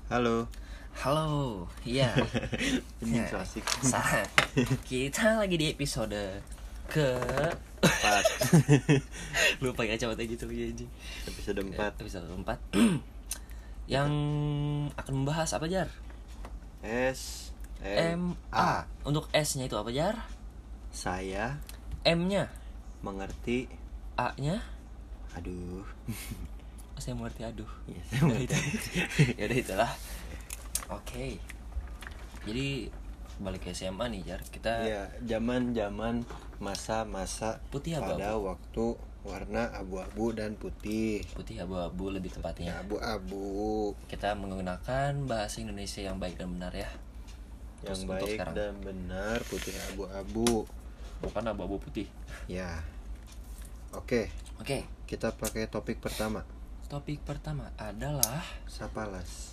Halo. Halo, iya. Ini so asik. Kita lagi di episode ke 4. lupa ya coba gitu lagi anjing. Episode 4. Episode 4. Yang akan membahas apa, Jar? S M A. Untuk S-nya itu apa, Jar? Saya M-nya, mengerti. A-nya, Aduh. saya mengerti aduh. Ya, saya mengerti. Ya udah itulah. Oke. Jadi balik ke SMA nih, Jar. Kita Iya, zaman-zaman masa-masa Putih pada abu-abu. waktu warna abu-abu dan putih. putih abu-abu lebih tepatnya. Abu-abu Kita menggunakan bahasa Indonesia yang baik dan benar ya. yang Terus untuk baik sekarang, dan benar, putih abu-abu. bukan abu-abu putih. Ya. Oke, Oke, kita pakai topik pertama. topik pertama adalah Sapalas.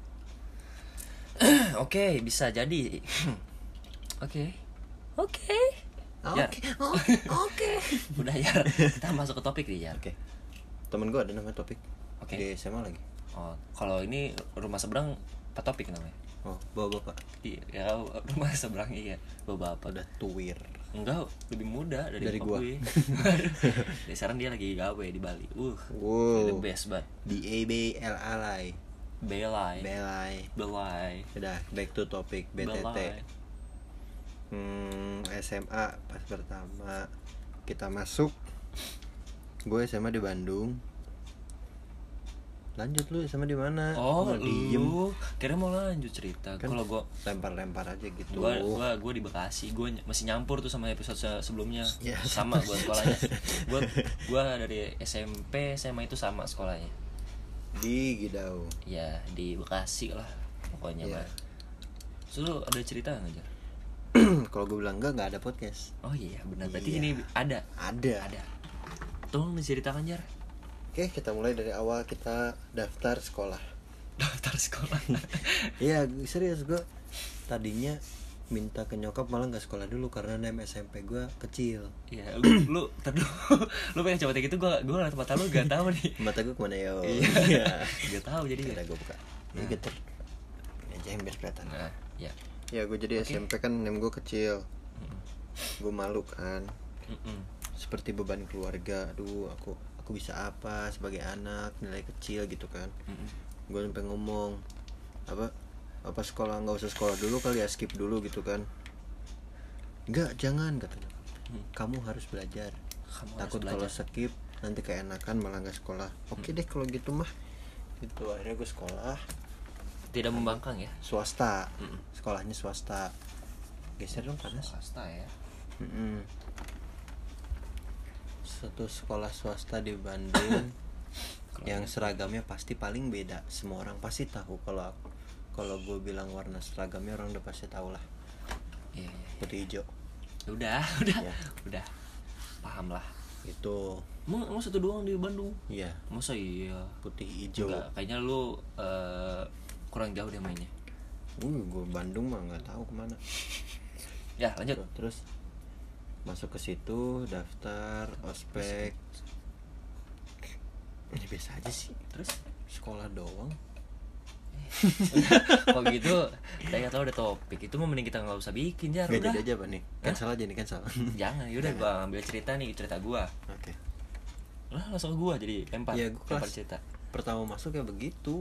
Oke, bisa jadi. Oke. Jar. Oke. Udah ya, kita masuk ke topik nih, Jar. Oke. Temen gue ada namanya Topik. Oke. Di SMA lagi. Oh, kalau ini rumah seberang Pak Topik namanya. Oh, bawa bapak. Iya, ya, rumah seberang iya. Bapak apa? Udah tuwir. Enggak, lebih muda dari Dari bokap gua. gue. Jadi sekarang dia lagi gawe di Bali. The Wow. best banget. Di ABLI. Belai. Belai. Udah back to topic BTT. Belai. SMA pas pertama kita masuk. Gue SMA di Bandung. Lanjut lu SMA di mana? Oh, diem. lu kira mau lanjut cerita. Kan Kalau gua lempar-lempar aja gitu. gua di Bekasi. Gua masih nyampur tuh sama episode sebelumnya. Ya. Sama gua sekolahnya. gua dari SMP SMA itu sama sekolahnya. Di Gidau. Ya, di Bekasi lah pokoknya Ya. mah. Terus lu ada cerita enggak, Jar? Kalau gue bilang enggak ada podcast. Oh iya, benar. Berarti Iya. ini ada. Ada. Tolong diceritakan, Jar. Oke, kita mulai dari awal kita daftar sekolah. Daftar sekolah. Iya, serius gue tadinya minta ke nyokap malah nggak sekolah dulu karena name SMP gue kecil. Iya, lu terdulu. Lu pengen coba gitu, gua ngeliat mata lu gak tahu nih. Mata gue kemana yo? Iya. Gak tahu jadi. Udah gue buka. Ini geter. Ini aja yang biar kelihatan. Nah, ya. Ya gue jadi Oke. SMP kan name gue kecil. Gue malu kan. Mm-mm. Seperti beban keluarga. Aduh, aku bisa apa sebagai anak nilai kecil gitu kan. Mm-mm. Gue sampai ngomong apa sekolah nggak usah sekolah dulu kali ya, skip dulu gitu kan. Enggak, jangan katanya. Kamu harus belajar. Kamu Takut harus kalau belajar. skip nanti keenakan malah nggak sekolah. Oke deh kalau gitu mah. Gitu akhirnya gue sekolah Tidak membangkang ya. swasta. Mm-mm. Sekolahnya swasta. Geser dong panas. Swasta ya. Mm-mm. Satu sekolah swasta di Bandung yang seragamnya pasti paling beda. Semua orang pasti tahu kalau gue bilang warna seragamnya orang udah pasti tahu lah. Iya, iya. Putih hijau. Udah. Ya. Udah. Paham lah. Itu Emang satu doang di Bandung? iya, Masa iya? putih hijau. Enggak, kayaknya lu kurang jauh deh mainnya. Gue Bandung mah nggak tahu kemana. Ya, lanjut. Terus masuk ke situ, daftar, ospek. Ini biasa aja sih. Terus Sekolah doang. kalau gitu kita nggak tahu ada topik itu mah mending kita nggak usah bikin, Jar. Gak Udah. jadi aja apa nih? Cancel aja nih, cancel. Jangan, yaudah Jangan. gua ambil cerita gua. Oke. Lah langsung ke gua jadi lempar. Iya, gua lempar kelas cerita. pertama masuk ya begitu,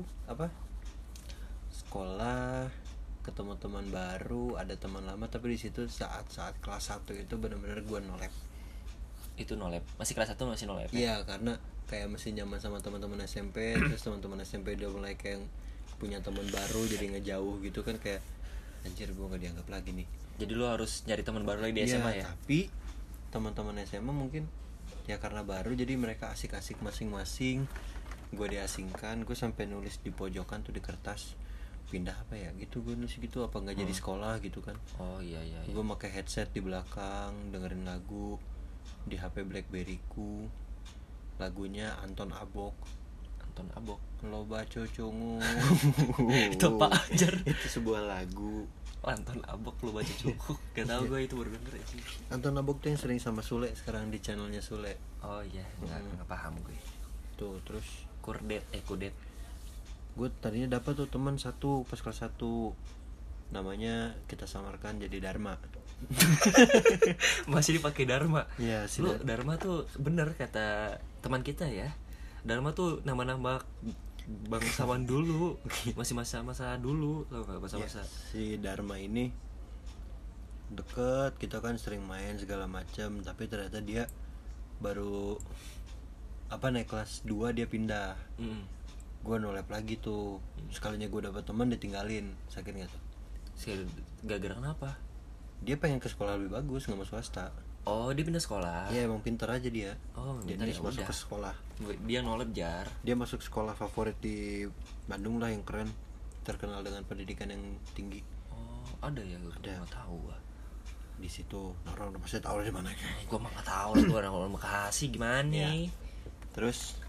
sekolah, ketemu teman baru, ada teman lama, tapi di situ saat kelas 1 itu benar-benar gue nolep. Itu nolep. Masih kelas 1 masih nolep. Iya, karena kayak masih nyaman sama teman-teman SMP, terus teman-teman SMP udah mulai kayak punya teman baru jadi ngejauh gitu kan, kayak anjir gue gak dianggap lagi nih. Jadi lu harus nyari teman baru lagi di Iya, SMA ya. tapi teman-teman SMA mungkin ya karena baru jadi mereka asik-asik masing-masing. Gue diasingkan, gue sampai nulis di pojokan tuh di kertas, pindah apa ya gitu, gue nulis gitu, apa nggak jadi sekolah gitu kan. Oh iya. Gue pakai headset di belakang dengerin lagu di HP BlackBerry ku, lagunya Anton Abok, Loba Cocungu. Itu apa, Jar? Itu sebuah lagu. Anton Abok lu baca cukup. Gak tau gue itu baru denger sih. Anton Abok tuh yang sering sama Sule sekarang di channelnya Sule. Oh iya, nggak paham gue. Tuh terus Kudet. Gue tadinya dapat tuh teman satu pas kelas 1, namanya kita samarkan jadi Dharma. Masih dipakai Dharma. Iya sih. Lu Dharma tuh bener kata teman kita ya. Dharma tuh nama-nama bangsawan dulu. Masih masa-masa dulu, tau gak masa-masa. Si Dharma ini deket, kita kan sering main segala macam, tapi ternyata dia baru naik kelas 2 dia pindah. Gue nolep lagi tuh. Sekalinya gue dapet teman ditinggalin. Sakit gak tuh? Gara-gara kenapa? Dia pengen ke sekolah lebih bagus, nggak mau swasta. Oh, dia pindah sekolah. Iya, emang pinter aja dia. Oh, dia pintar ya masuk udah. ke sekolah. Dia nolep jar. Dia masuk sekolah favorit di Bandung lah, yang keren, terkenal dengan pendidikan yang tinggi. Oh, ada ya? Gue Ada. nggak tahu gua. Di situ orang udah pasti tahu di mana kan. Gue mah nggak tahu lah, gue orang Bekasi gimana Ya. nih. Terus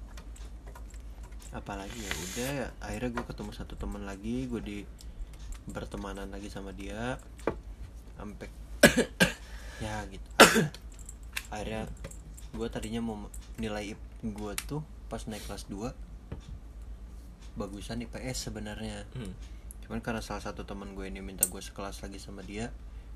apalagi ya, udah ya, akhirnya gue ketemu satu teman lagi, gue bertemanan lagi sama dia sampai ya gitu. Akhirnya gue tadinya mau nilai gue tuh pas naik kelas 2 bagusan IPS sebenarnya. Cuman karena salah satu teman gue ini minta gue sekelas lagi sama dia,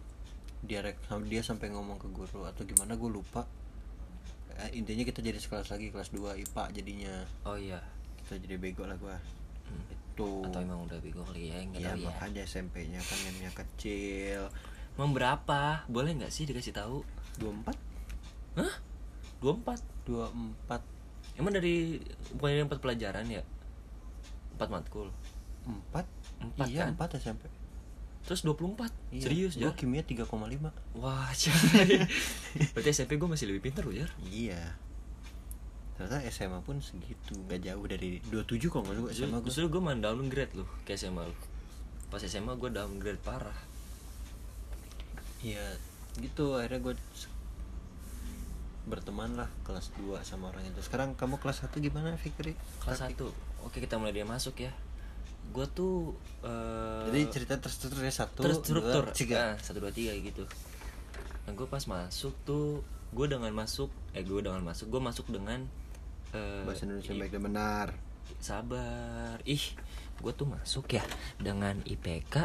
dia sampai ngomong ke guru atau gimana gue lupa. Intinya kita jadi sekelas lagi, kelas 2 IPA jadinya. Oh iya. Kita jadi bego lah gue. Itu. Atau emang udah bego kali ya, nggak Ya tahu ya. makanya SMP-nya kan namanya kecil. Emang berapa? Boleh nggak sih dikasih tahu? 24? Hah? 24? 24. Emang dari bukannya 4 pelajaran ya? 4 matkul. 4? 4 Iya, kan? 4 SMP. Terus 24? Iya. Serius, Gue Jar? kimia 3,5. Wah, coy. Berarti SMP gue masih lebih pintar loh, Jar. Iya. Ternyata SMA pun segitu, gak jauh dari 27 kok nggak salah SMA gue. Justru gue main downgrade loh ke SMA lu. Pas SMA gue downgrade parah. Iya, gitu. Akhirnya gue berteman lah kelas 2 sama orang itu. Sekarang kamu kelas 1 gimana, Fikri? Kelas 1. Oke, kita mulai dia masuk ya. Gue tuh Jadi cerita terstruktur ya, 1, terstruktur 2, 3. 1 2 3 gitu. Nah, gue pas masuk tuh gue masuk dengan Bahasa Indonesia baik dan benar. sabar. Gue tuh masuk ya dengan IPK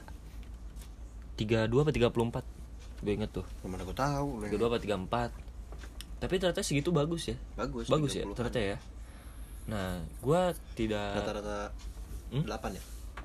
32 apa 34. Gue inget tuh. Gimana gue tahu? 32 apa 34. Tapi ternyata segitu bagus ya. Bagus Ya 30-an. ternyata ya. Nah, gue tidak Rata-rata 8 ya?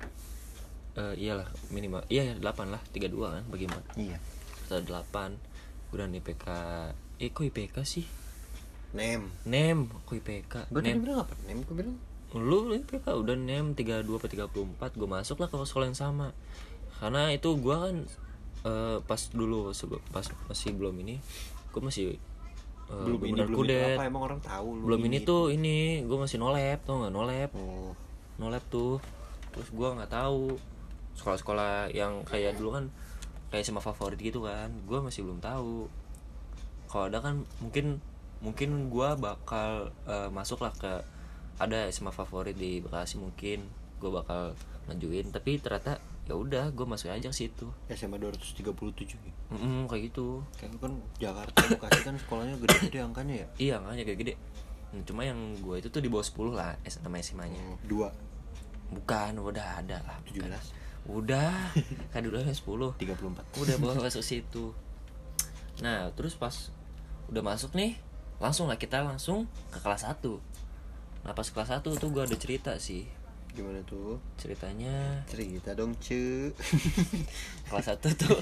Iyalah minimal. Iya 8 lah, 32 kan bagaimana? Iya. Rata 8. Gue dan IPK kok IPK sih? Nem. Kok IPK? Gue tadi bilang apa? Nem gue bilang. Lu IPK udah 32 apa 34. Gue masuk lah ke sekolah yang sama. Karena itu gue kan pas dulu pas masih belum ini, gue masih Belum ini bener-bener belum itu kudet. apa, emang orang tahu lu Belum ini tuh ini gue masih nolep, tau nggak nolep? Oh. Nolep tuh. Terus gue nggak tahu sekolah-sekolah yang kayak dulu kan kayak SMA favorit gitu kan, gue masih belum tahu. Kalau ada kan mungkin gue bakal masuk lah ke ada SMA favorit di Bekasi, mungkin gue bakal ngajuin, tapi ternyata ya udah gue masuk aja ke situ. SMA 237 gitu. Kayak gitu. Kayak kan Jakarta Bekasi kan sekolahnya gede-gede angkanya ya. Iya makanya kayak gede. Cuma yang gue itu tuh di bawah 10 lah nama SMA-nya. 2 Bukan, udah ada lah. 17. Udah, kan dulu 10 34. udah bawa masuk situ. Nah terus pas udah masuk nih, kita langsung ke kelas 1. Nah pas kelas 1 tuh gue ada cerita sih. Gimana tuh? Ceritanya Cerita dong, Ce. kelas 1 tuh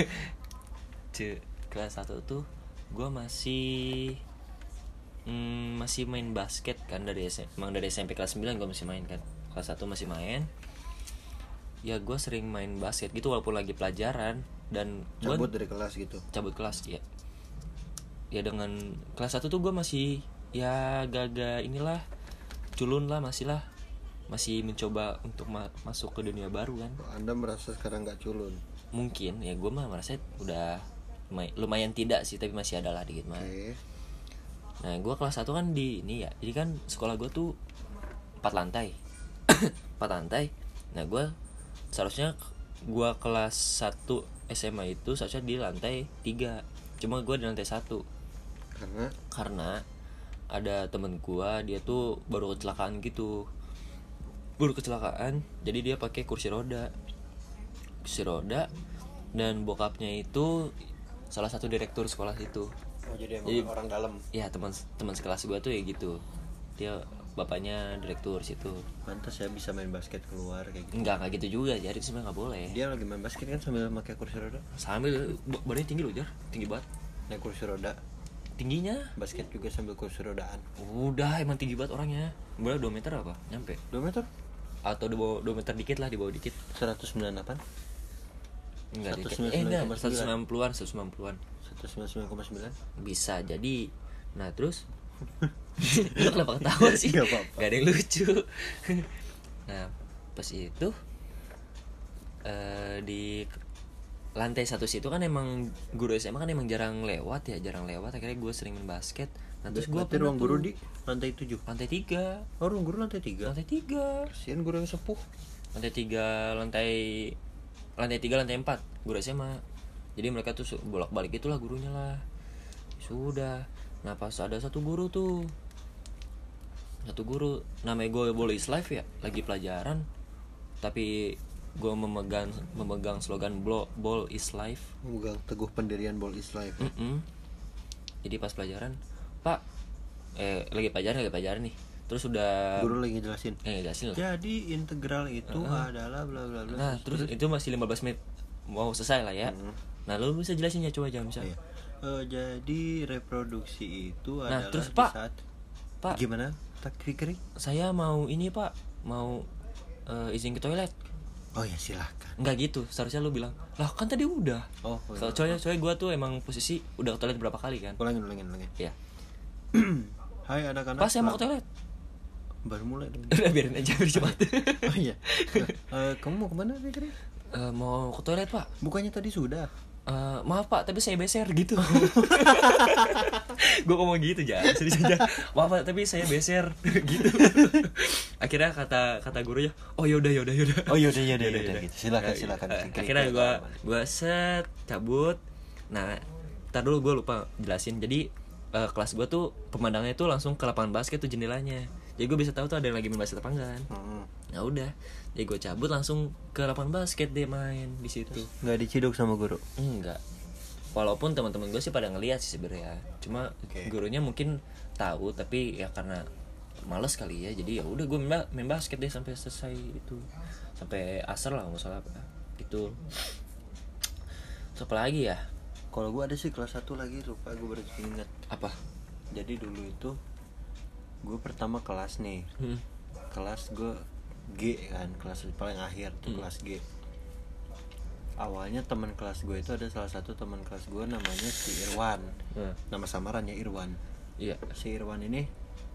kelas 1 tuh gue masih main basket kan dari SMP kelas 9 gue masih main kan. Kelas 1 masih main. Ya gue sering main basket gitu walaupun lagi pelajaran, dan Cabut dari kelas gitu. cabut kelas ya. Ya dengan kelas 1 tuh gue masih ya agak inilah culun lah, masih mencoba untuk masuk ke dunia baru kan. Anda merasa sekarang gak culun? Mungkin ya gue mah merasa udah lumayan tidak sih, tapi masih ada lah dikit mah. Oke. Nah gue kelas 1 kan di ini ya, jadi kan sekolah gue tuh 4 lantai 4 lantai. Nah gue seharusnya gue kelas 1 SMA itu seharusnya di lantai 3, cuma gue di lantai 1 karena ada temen gue, dia tuh baru kecelakaan gitu. baru kecelakaan, jadi dia pakai kursi roda, dan bokapnya itu salah satu direktur sekolah itu. Jadi emang orang dalam. Ya teman sekelas gue tuh ya gitu, dia bapaknya direktur situ. Pantas ya bisa main basket keluar kayak gitu. Enggak gitu juga, jadi itu sebenarnya nggak boleh. Dia lagi main basket kan sambil pakai kursi roda. Sambil badannya tinggi loh, Jar, tinggi banget. Naik kursi roda. Tingginya Basket juga sambil kursi rodaan. udah emang tinggi banget orangnya. Berapa 2 meter apa? Nyampe? 2 meter? Atau di bawah 2 meter dikit lah, di bawah dikit. 198? Enggak dikit. 199,9. 190-an, 190-an. 199,9? Bisa jadi. Nah, terus lu kenapa ketawa sih? Gak apa-apa. Gak ada yang lucu. Nah, pas itu di lantai 1 situ kan emang guru SMA kan emang jarang lewat. Akhirnya gue sering main basket. Nah, terus gue berarti ruang guru di lantai 7? lantai 3. Oh, ruang guru lantai 3? Lantai 3. Kasian guru yang sepuh. Lantai 3, lantai 3, lantai 4 guru SMA. Jadi mereka tuh bolak-balik itulah gurunya lah. Sudah. Nah, pas ada satu guru namanya gue Ball is Life ya, lagi pelajaran. Tapi gue memegang slogan Ball is Life. Memegang teguh pendirian Ball is Life. Jadi pas pelajaran, Pak, lagi pelajaran nih. Terus udah Guru lagi jelasin. Jelasin lah. Jadi integral itu adalah bla bla bla. Nah, terus itu masih 15 menit mau selesai lah ya. Nah, lu bisa jelasin ya, coba jangan bisa. Iya. Jadi reproduksi itu adalah terus, di Pak, saat Pak, gimana? Tak fikri? saya mau ini, Pak, mau izin ke toilet. Oh ya silahkan. Enggak gitu, seharusnya lu bilang, lah kan tadi udah. Oh, Soalnya gue tuh emang posisi udah ke toilet berapa kali kan. ulangin. Iya. Hai anak-anak. Pas saya mau ke toilet. Baru mulai dong. Udah biarin aja, biar cepat. Oh iya. Kamu mau kemana Fikri? Mau ke toilet, Pak. Bukannya tadi sudah? Maaf Pak, tapi saya beser gitu. Gue ngomong gitu aja, serius aja. Maaf Pak, tapi saya beser gitu. Akhirnya kata gurunya, oh yaudah. Oh yaudah gitu. Silakan. Akhirnya gue set cabut. Nah, ntar dulu gue lupa jelasin. Jadi kelas gue tuh pemandangannya tuh langsung ke lapangan basket tuh jendelanya. Jadi gue bisa tahu tuh ada yang lagi main basket apa enggak. Nah udah, jadi gue cabut langsung ke lapangan basket dia main di situ. Nggak diciduk sama guru? Enggak. Walaupun teman-teman gue sih pada ngeliat sih sebenarnya. Cuma gurunya mungkin tahu, tapi ya karena males kali ya. Jadi ya udah gue main basket deh sampai selesai itu. Sampai asar lah nggak salah apa. Gitu. Terus apa lagi ya? Kalau gue ada sih kelas 1 lagi, lupa gue baru ingat. Apa? Jadi dulu itu gue pertama kelas nih. Kelas gue G kan, kelas paling akhir tuh kelas G. Awalnya teman kelas gue itu ada salah satu teman kelas gue namanya si Irwan. Nama samarannya Irwan. Iya. Si Irwan ini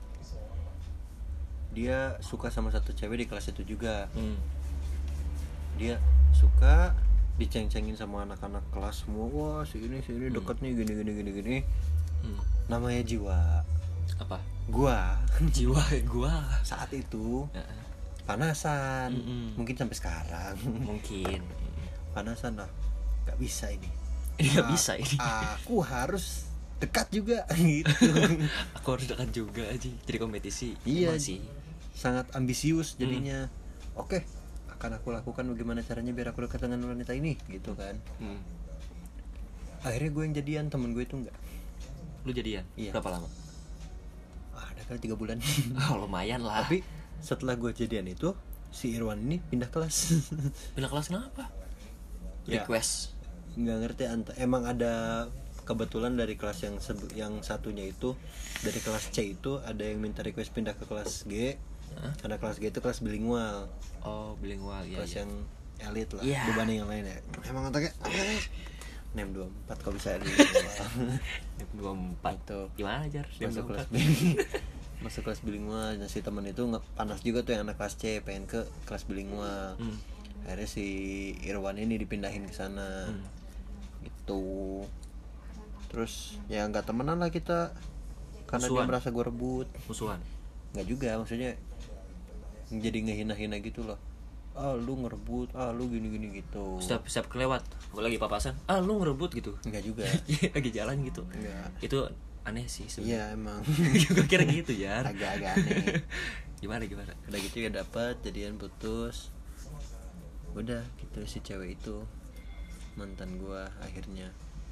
dia suka sama satu cewek di kelas itu juga. Dia suka diceng-cengin sama anak-anak kelas semua. Wah si ini deket nih gini. Namanya Jiwa. Apa? Gua saat itu panasan. Mungkin sampai sekarang Mungkin panasan lah. Gak bisa ini. Gak bisa ini. Aku harus dekat juga gitu. Aku harus dekat juga aja. Jadi kompetisi. Iya sih. Sangat ambisius jadinya. Oke, akan aku lakukan bagaimana caranya biar aku dekat dengan wanita ini gitu kan. Akhirnya gue yang jadian, temen gue itu enggak. Lu jadian? Iya. Berapa lama? Ada kali 3 bulan. Oh, lumayan lah. Tapi setelah gue jadian itu si Irwan ini pindah kelas. Pindah kelas kenapa? Ya, Request. nggak ngerti, emang ada kebetulan dari kelas yang satunya itu, dari kelas C itu ada yang minta request pindah ke kelas G. Karena kelas G itu kelas bilingual. Oh, bilingual ya. Kelas yang elit lah dibanding yang lain ya. Emang otaknya NEM 24 kok bisa di NEM 24 tuh. Gimana Jar? Masuk kelas B. Masuk kelas bilingual. Nah, si teman itu panas juga tuh yang anak kelas C, pengen ke kelas bilingual. Akhirnya si Irwan ini dipindahin ke sana. Gitu. Terus ya nggak temenan lah kita karena Musuhan. dia merasa gue rebut. Musuhan. Nggak juga, maksudnya jadi ngehina-hina gitu loh. Lu ngerebut, lu gini-gini gitu. Setiap kelewat, lagi papasan, lu ngerebut gitu. Enggak juga. Lagi jalan gitu. Enggak. Itu aneh sih sebenernya. Iya emang. Gue kira gitu ya. Agak-agak aneh. Gimana? Udah gitu ya dapat, jadian, putus. Udah gitu si cewek itu mantan gua akhirnya.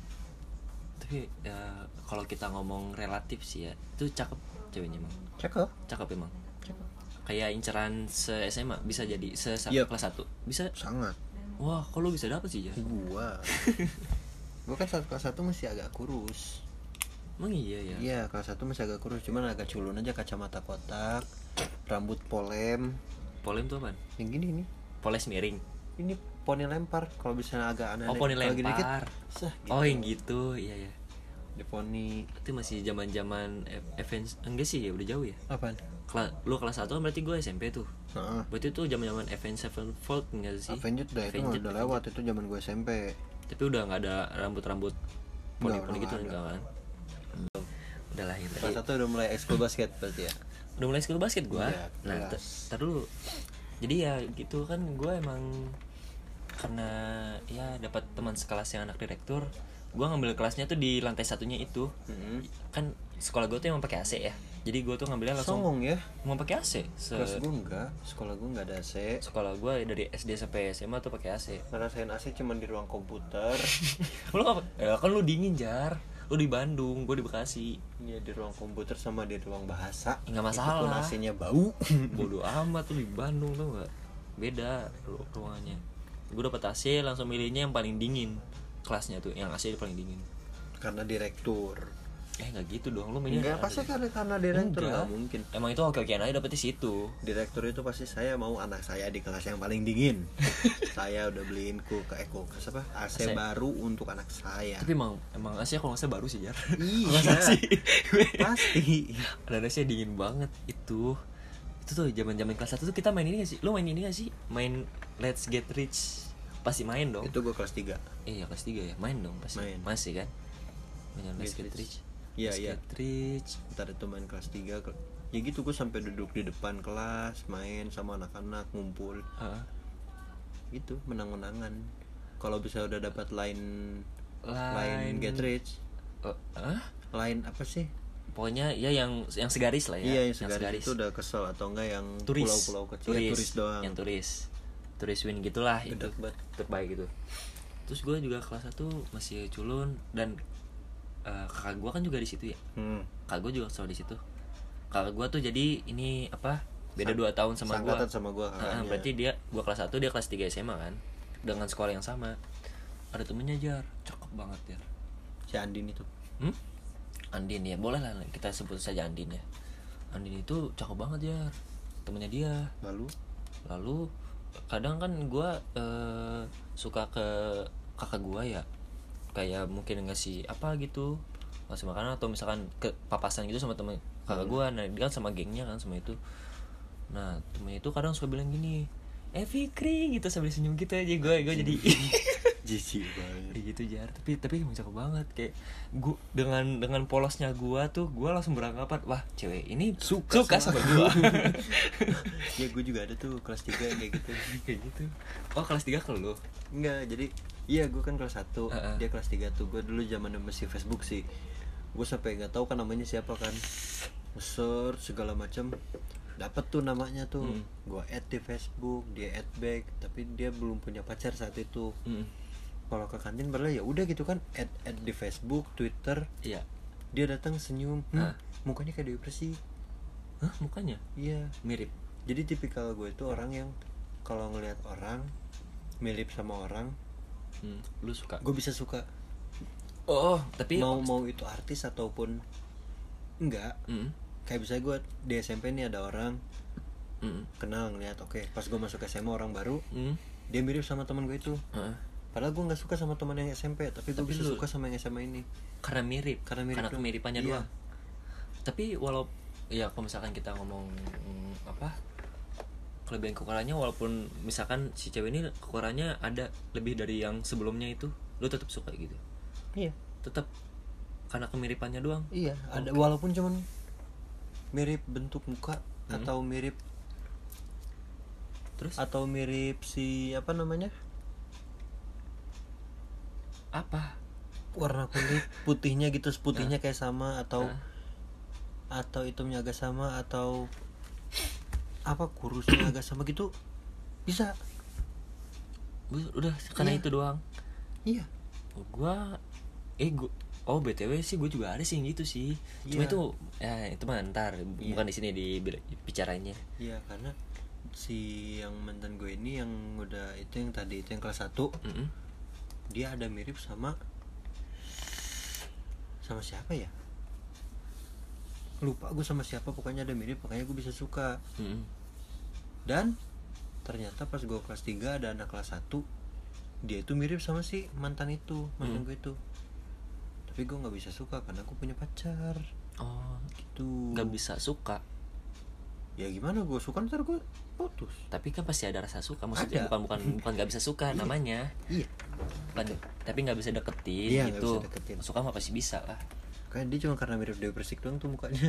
Tapi ya, kalau kita ngomong relatif sih ya, itu cakep ceweknya emang. Cakep emang. Kayak inceran se-SMA bisa jadi Yep. kelas 1. Bisa. Sangat. Wah, kok lu bisa dapet sih ya? Gua kan kelas 1 masih agak kurus. Emang iya ya? Iya, kelas 1 masih agak kurus, cuman agak culun aja, kacamata kotak, rambut polem. Polem tuh apaan? Yang gini nih. Poles miring. Ini poni lempar, kalau bisa agak aneh. Oh, poni kalau gini dikit, lempar. gitu. Oh, yang gitu. Iya. Di poni. Itu masih zaman-zaman Avenged. Enggak sih, ya udah jauh ya. Apaan? Lu kelas 1 kan berarti gue SMP tuh. Heeh. Berarti itu zaman-zaman Avenged Sevenfold enggak sih? Avenged dah, itu mah udah lewat, itu zaman gue SMP. Tapi udah enggak ada rambut-rambut poni-poni gitu Nggak enggak kan? Udah lah yang Kelas tadi. 1 udah mulai ekskul basket berarti ya. Udah mulai school basket gue. Iya, Nah, kelas. tar dulu. Jadi ya gitu kan, gue emang karena ya dapat teman sekelas yang anak direktur, gue ngambil kelasnya tuh di lantai satunya itu. Kan sekolah gue tuh emang pakai AC ya, jadi gue tuh ngambilnya langsung Songong ya. mau pakai AC. Kelas gue enggak, sekolah gue enggak ada AC. Sekolah gue dari SD sampai SMA tuh pakai AC. Ngerasain AC cuman di ruang komputer. Lu apa? Ya kan lu dingin, Jar. Lu di Bandung, gue di Bekasi. Iya, di ruang komputer sama di ruang bahasa. Nggak masalah. Itu pun AC-nya bau. Bodoh amat tuh, di Bandung tuh nggak beda ruangannya. Gue dapet AC langsung milihnya yang paling dingin kelasnya tuh, yang AC paling dingin. Karena direktur. Nggak gitu dong, lu milih. Enggak, pasti karena direktur Enggak. enggak mungkin. Emang itu oke-okean aja dapet di situ. Direktur itu pasti, saya mau anak saya di kelas yang paling dingin. Saya udah beliin kulkas apa? AC AC. baru untuk anak saya. Tapi emang AC kalau nggak salah baru sih, Jar. Iya. Nggak salah sih. Pasti. Ada AC dingin banget itu. Itu tuh zaman-zaman kelas 1 tuh kita main ini gak sih? Lu main ini gak sih? Main Let's Get Rich. Pasti main dong. Itu gue kelas 3. Iya, kelas 3 ya. Main dong pasti. Main. Masih kan? Main Let's Get Get Rich. Iya, Let's iya. Get Rich. Ntar itu main kelas 3. Ya gitu, gue sampai duduk di depan kelas, main sama anak-anak, ngumpul. Heeh. Gitu, menang-menangan. Kalau bisa udah dapat line Get Rich. Line apa sih? Pokoknya ya yang segaris lah ya. Iya, yang segaris itu udah kesel, atau enggak yang turis. pulau-pulau kecil. Ya, turis doang. Yang turis win gitulah. Itu Gedek banget. terbaik gitu. Terus gue juga kelas 1 masih culun, dan kakak gue kan juga di situ ya. Kakak gue juga selalu di situ. Kakak gue tuh jadi ini apa? Beda 2 tahun sama gue. Sangkatan sama gue kakaknya. Berarti gue kelas 1, dia kelas 3 SMA kan. Dengan sekolah yang sama. Ada temennya, Jar. Cakep banget, Jar. Si Andin itu. Andin ya, boleh lah kita sebut saja Andin ya. Andin itu cakep banget, Jar. Temennya dia. Lalu kadang kan gue suka ke kakak gue ya, kayak mungkin ngasih apa gitu, ngasih makanan atau misalkan ke papasan gitu sama temen kakak gue. Nah dia kan sama gengnya kan, sama itu. Nah temennya itu kadang suka bilang gini, Fikri gitu, sambil senyum gitu aja. Gue jadi jijik banget. kayak gitu, Jar. Tapi emang cakep banget. Kayak gue dengan polosnya gue tuh, gue langsung beranggapan, wah cewek ini suka sama gue. Ya gue juga ada tuh kelas 3 kayak gitu. Kayak gitu. Oh kelas 3 ke lu? Enggak, jadi iya gue kan kelas 1, dia kelas 3 tuh. Gue dulu zaman masih Facebook sih. Gue sampai nggak tahu kan namanya siapa kan. Search segala macam, dapat tuh namanya tuh. Gue add di Facebook, dia add back, tapi dia belum punya pacar saat itu. Kalau ke kantin padahal ya udah gitu kan, add di Facebook, Twitter. Iya. Dia datang senyum, mukanya kayak Dewi Persik. Hah, mukanya? Iya, Mirip. jadi tipikal gue itu orang yang kalau ngelihat orang mirip sama orang, Lu suka? gue bisa suka. Oh, tapi Mau itu artis ataupun enggak. Kayak misalnya gue di SMP nih ada orang kenal, ngeliat, oke, pas gue masuk SMA orang baru, dia mirip sama teman gue itu. Padahal gue nggak suka sama teman yang SMP, tapi gue bisa suka sama yang SMA ini. Karena mirip Karena doang. kemiripannya Iya. doang. Tapi walau ya kalau misalkan kita ngomong apa kelebihan kekurangannya, walaupun misalkan si cewek ini kekurangannya ada lebih dari yang sebelumnya itu, lu tetap suka gitu. Iya. Tetap karena kemiripannya doang. Iya, ada walaupun cuman mirip bentuk muka atau mirip si apa namanya? Apa? Warna kulit putihnya gitu, seputihnya kayak sama, atau hitamnya agak sama, atau apa kurusnya agak sama gitu bisa. Udah karena Iya. itu doang. Iya. Gua oh BTW sih gue juga ada sih yang gitu sih. Cuma Iya. itu ya itu mah ntar Iya. bukan di sini bicarainnya. Iya, karena si yang mantan gue ini yang udah itu yang tadi itu yang kelas 1, Mm-mm. dia ada mirip sama siapa ya, lupa gue sama siapa, pokoknya ada mirip, makanya gue bisa suka. Mm-mm. Dan ternyata pas gue kelas 3 ada anak kelas 1, dia itu mirip sama si mantan gue itu, tapi gue nggak bisa suka karena aku punya pacar Oh, gitu. nggak bisa suka. Ya gimana, gue suka ntar gue putus. Tapi kan pasti ada rasa suka. Maksudnya Ada. bukan nggak bisa suka namanya. Iya, Bukan, tapi nggak bisa deketin Iya, nggak gitu. bisa deketin. Suka mah pasti bisa lah. kayak dia cuma karena mirip Dewi Persik doang tuh mukanya.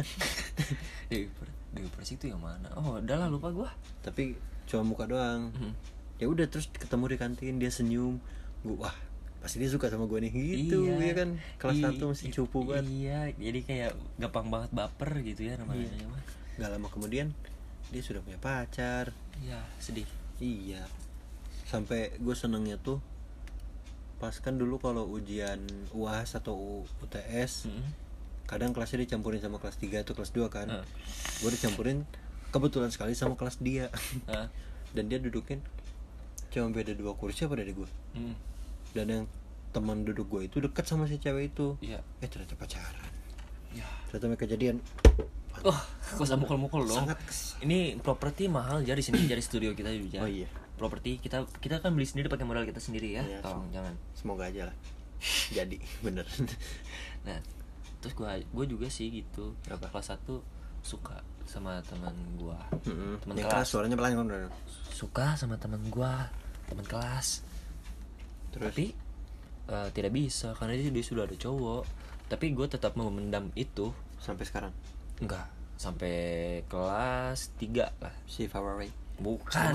Dewi Persik itu yang mana? Oh, udah lah lupa gua. Tapi cuma muka doang. Mhm. Ya udah, terus ketemu di kantin, dia senyum, gue wah pasti dia suka sama gue nih gitu. Iya kan, kelas 1 masih cupu banget. Iya, jadi kayak gampang banget baper gitu ya namanya. Iya. Gak lama kemudian dia sudah punya pacar. Iya, sedih. Iya, sampai gue senengnya tuh pas kan dulu kalau ujian UAS atau UTS, Mhm. kadang kelasnya dicampurin sama kelas 3 atau kelas 2 kan. Gue dicampurin kebetulan sekali sama kelas dia. Heeh. Dan dia dudukin cuma beda 2 kursi apa dari gue. Mhm. Dan yang teman duduk gue itu deket sama si cewek itu. Iya. Ternyata pacaran. Ya. Ternyata mereka jadian. Oh, kok usah mukul-mukul dong. Sangat kesal. Ini properti mahal jadi sini jadi studio kita juga. Oh iya. Properti kita kan beli sendiri pakai modal kita sendiri ya. Iya, Tolong jangan. Semoga aja lah jadi bener. Nah, terus gue juga sih gitu. Apa? Kelas 1 suka sama teman gua. Teman Yang keras kelas. suaranya pelan kan. Suka sama teman gua, teman kelas. Terus Tapi tidak bisa karena dia sudah ada cowok. Tapi gue tetap memendam itu. sampai sekarang Enggak, sampai kelas 3 lah. si favorite. Bukan,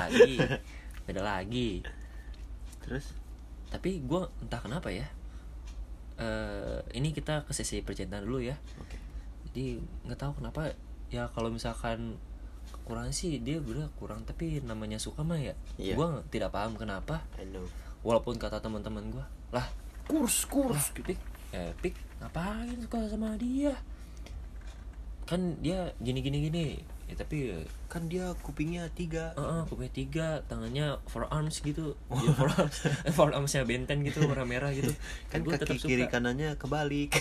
beda lagi. Terus Tapi gue entah kenapa ya, ini kita ke sesi percintaan dulu ya. oke. Jadi nggak tahu kenapa ya, kalau misalkan kekurangan sih dia udah kurang, tapi namanya suka mah ya. Iya. Gue tidak paham kenapa, I know. walaupun kata teman-teman gue lah Kurs Pik ngapain suka sama dia, kan dia gini ya, tapi kan dia kupingnya 3. kupingnya 3, tangannya forearms gitu. Ya, forearmsnya benten gitu, merah-merah gitu. Kan Gua kaki tetap kiri suka. kanannya kebalik.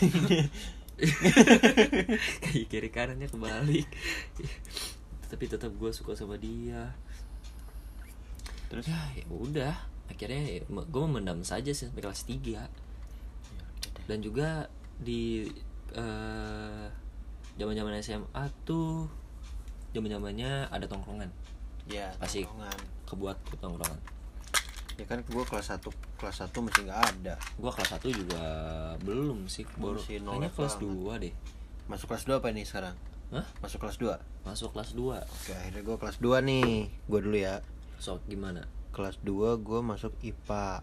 Kaki kiri kanannya kebalik. Tapi tetap gue suka sama dia. Terus Ya udah, akhirnya gue memendam saja sih sampai kelas 3. Dan juga di zaman-zaman SMA tuh, zaman-zamannya ada tongkrongan. ya Asik. tongkrongan. Kebuat tongkrongan. Ya kan gue kelas 1 masih nggak ada. Gua kelas 1 juga belum sih, baru Masih no kayaknya level kelas banget. 2 deh. Masuk kelas 2 apa ini sekarang? Hah? Masuk kelas 2. Masuk kelas 2. Oke, akhirnya gue kelas 2 nih. Gue dulu ya. So, gimana? Kelas 2 gue masuk IPA.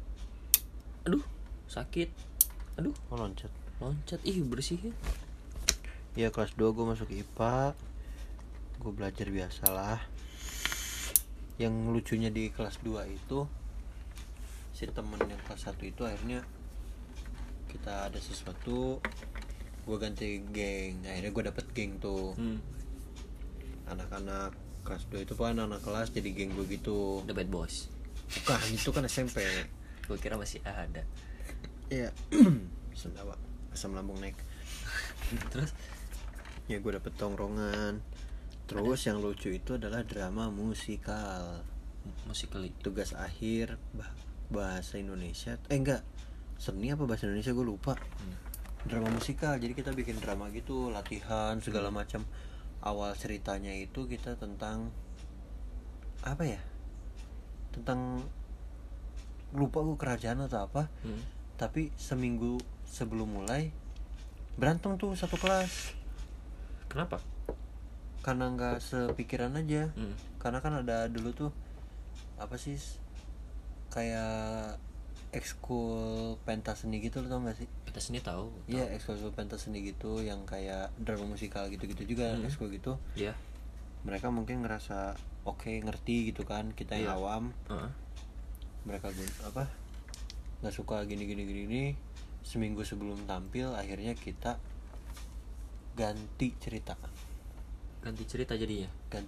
Aduh, sakit. Aduh, Oh, loncat. ih bersihin. Ya kelas 2 gue masuk IPA. Gue belajar biasalah. Yang lucunya di kelas 2 itu, si temen yang kelas 1 itu akhirnya kita ada sesuatu, gue ganti geng. Akhirnya gue dapet geng tuh. Anak-anak kelas 2 itu kan anak kelas jadi geng gue gitu. The Bad Boys. Bukan, itu kan SMP. Gue kira masih ada. Iya. Sendawa, asam lambung naik. Terus Ya gue dapet tongkrongan. Terus yang lucu itu adalah drama musikal. musikali. Tugas akhir bahasa Indonesia. Enggak, seni apa bahasa Indonesia gue lupa. Drama musikal. Jadi kita bikin drama gitu, latihan segala macam. Awal ceritanya itu kita tentang apa ya? Tentang, lupa gue, kerajaan atau apa. Tapi seminggu sebelum mulai berantem tuh satu kelas. Kenapa? Karena nggak sepikiran aja. Hmm. Karena kan ada dulu tuh apa sih, kayak ekskul pentas seni gitu, lo tau gak sih? Kita sini tahu. Iya, ekskul pentas seni gitu yang kayak drama musikal gitu-gitu juga, ekskul gitu. Iya. mereka mungkin ngerasa oke, ngerti gitu kan, kita yang Iya. awam. Mereka nggak suka gini. Seminggu sebelum tampil akhirnya kita ganti cerita jadinya.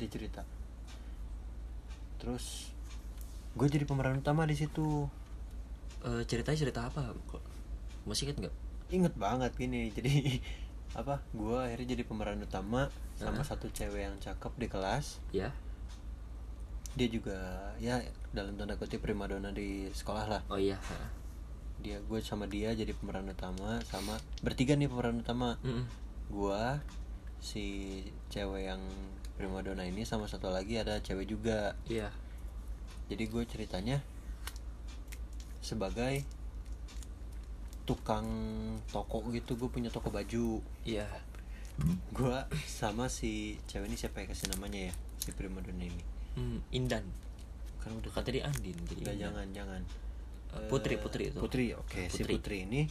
Terus gue jadi pemeran utama di situ. Ceritanya cerita apa kok? Masih inget nggak? Inget banget gini. Jadi gue akhirnya jadi pemeran utama sama satu cewek yang cakep di kelas. Ya. Dia juga ya dalam tanda kutip primadona di sekolah lah. Oh iya. Gue sama dia jadi pemeran utama, sama bertiga nih pemeran utama. Gue, si cewek yang primadona ini, sama satu lagi ada cewek juga. Iya. Jadi gue ceritanya sebagai tukang toko gitu. Gue punya toko baju. Iya. Gue sama si cewek ini, siapa ya kasih namanya ya, si primadona ini. Indan. Kan udah Kata tadi Andin. Jadi Nggak, Indan. jangan. Putri itu. Putri, oke. Si Putri ini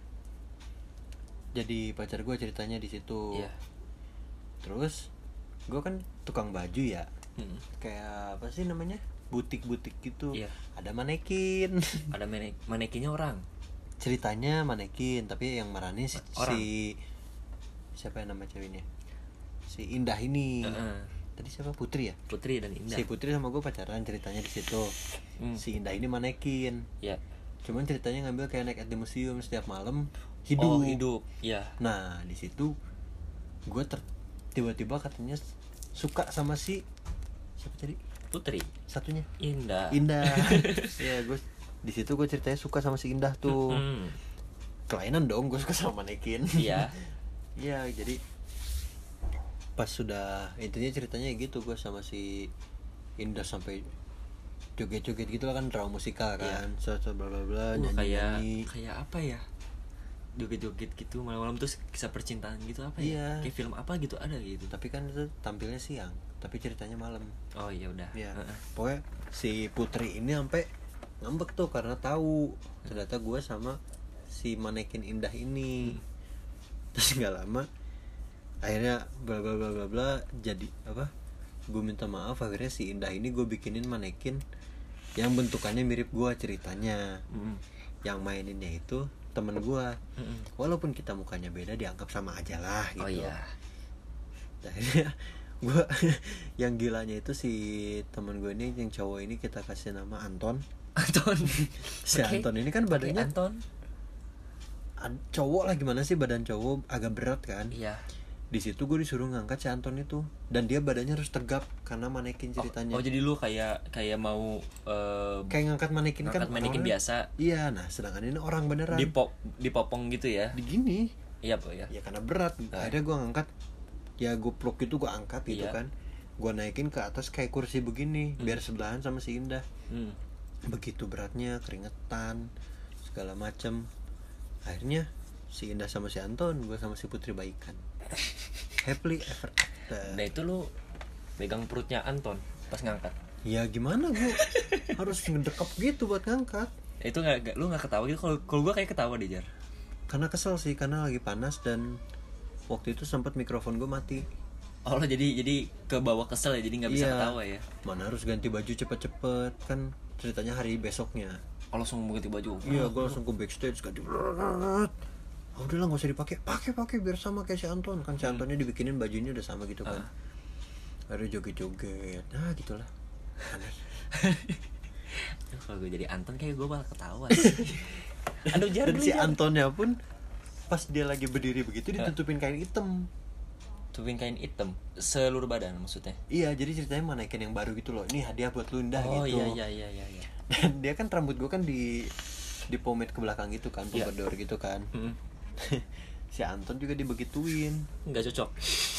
jadi pacar gue ceritanya di situ. Iya. Terus gue kan tukang baju ya. Kayak apa sih namanya, butik-butik gitu. Iya. Ada manekin. Ada manekinnya orang. Ceritanya manekin, tapi yang maranin Orang. si siapa yang nama ceweknya, si Indah ini. Tadi siapa, Putri ya? Putri dan Indah. Si Putri sama gue pacaran ceritanya di situ. Si Indah ini manekin. Ya. Cuman ceritanya ngambil kayak naik di museum setiap malam hidup. Oh, hidup. Iya. Nah di situ gue tiba-tiba katanya suka sama si siapa tadi? Putri. Satunya Indah. Ya gue di situ gue ceritanya suka sama si Indah tuh. Kelainan dong, gue suka sama manekin. Iya. Iya, jadi pas sudah intinya ceritanya gitu, gue sama si Indah sampai joget-joget gitu lah, kan drama musikal kan. So bla bla bla, nyanyi. Kayak apa ya? Joget-joget gitu malam-malam, terus kisah percintaan gitu apa ya? Iya. Kayak film apa gitu ada gitu. Tapi kan itu tampilnya siang, tapi ceritanya malam. Oh iya udah. Ya. Pokoknya si Putri ini sampai ngambek tuh karena tahu ternyata gue sama si manekin Indah ini. Terus nggak lama akhirnya bla bla bla bla bla, jadi gue minta maaf, akhirnya si Indah ini gue bikinin manekin yang bentukannya mirip gue ceritanya. Yang maininnya itu temen gue. Walaupun kita mukanya beda, dianggap sama aja lah gitu. Oh iya. Akhirnya gue yang gilanya itu si temen gue ini, yang cowok ini, kita kasih nama Anton. Si Anton ini kan badannya Anton cowok lah, gimana sih, badan cowok agak berat kan. Iya. Di situ gue disuruh ngangkat si Anton itu, dan dia badannya harus tegap karena manekin ceritanya. Oh jadi lu kayak mau kayak ngangkat manekin kan, manekin orang biasa. Iya, nah sedangkan ini orang beneran dipopong gitu ya. di gini. Iya po ya. Ya karena berat. Akhirnya gue ngangkat, ya gue plok gitu, gue angkat gitu kan. Gue naikin ke atas kayak kursi begini, biar sebelahan sama si Indah. Begitu beratnya, keringetan segala macem. Akhirnya si Indah sama si Anton, gue sama si Putri baikan. Happily ever after. Nah itu lu megang perutnya Anton pas ngangkat. Ya gimana, gue harus ngedekap gitu buat ngangkat. Itu lu nggak ketawa gitu? Kalau gue kayak ketawa deh, Jar. Karena kesel sih, karena lagi panas dan waktu itu sempat mikrofon gue mati. Oh lo jadi ke bawah kesel ya, jadi nggak bisa ketawa ya? Mana harus ganti baju cepet-cepet kan, ceritanya hari besoknya. Oh langsung ganti baju? Iya, gue langsung ke backstage ganti. Oh, udahlah nggak usah pakai biar sama kayak si Anton kan. Si Antonnya dibikinin bajunya udah sama gitu kan. Ada joget-joget, nah gitulah. Aneh. Kalau gue jadi Anton kayak gue bakal ketawa sih. Aduh Jar. Dan si Antonnya pun pas dia lagi berdiri begitu ditutupin kain hitam. Tutupin kain hitam seluruh badan maksudnya? Iya, jadi ceritanya manekin yang baru gitu loh. Ini hadiah buat lu, Indah gitu. Oh iya. Dan dia kan rambut gue kan di pomade ke belakang gitu kan, pompadour gitu kan. Si Anton juga dibegituin. Nggak cocok.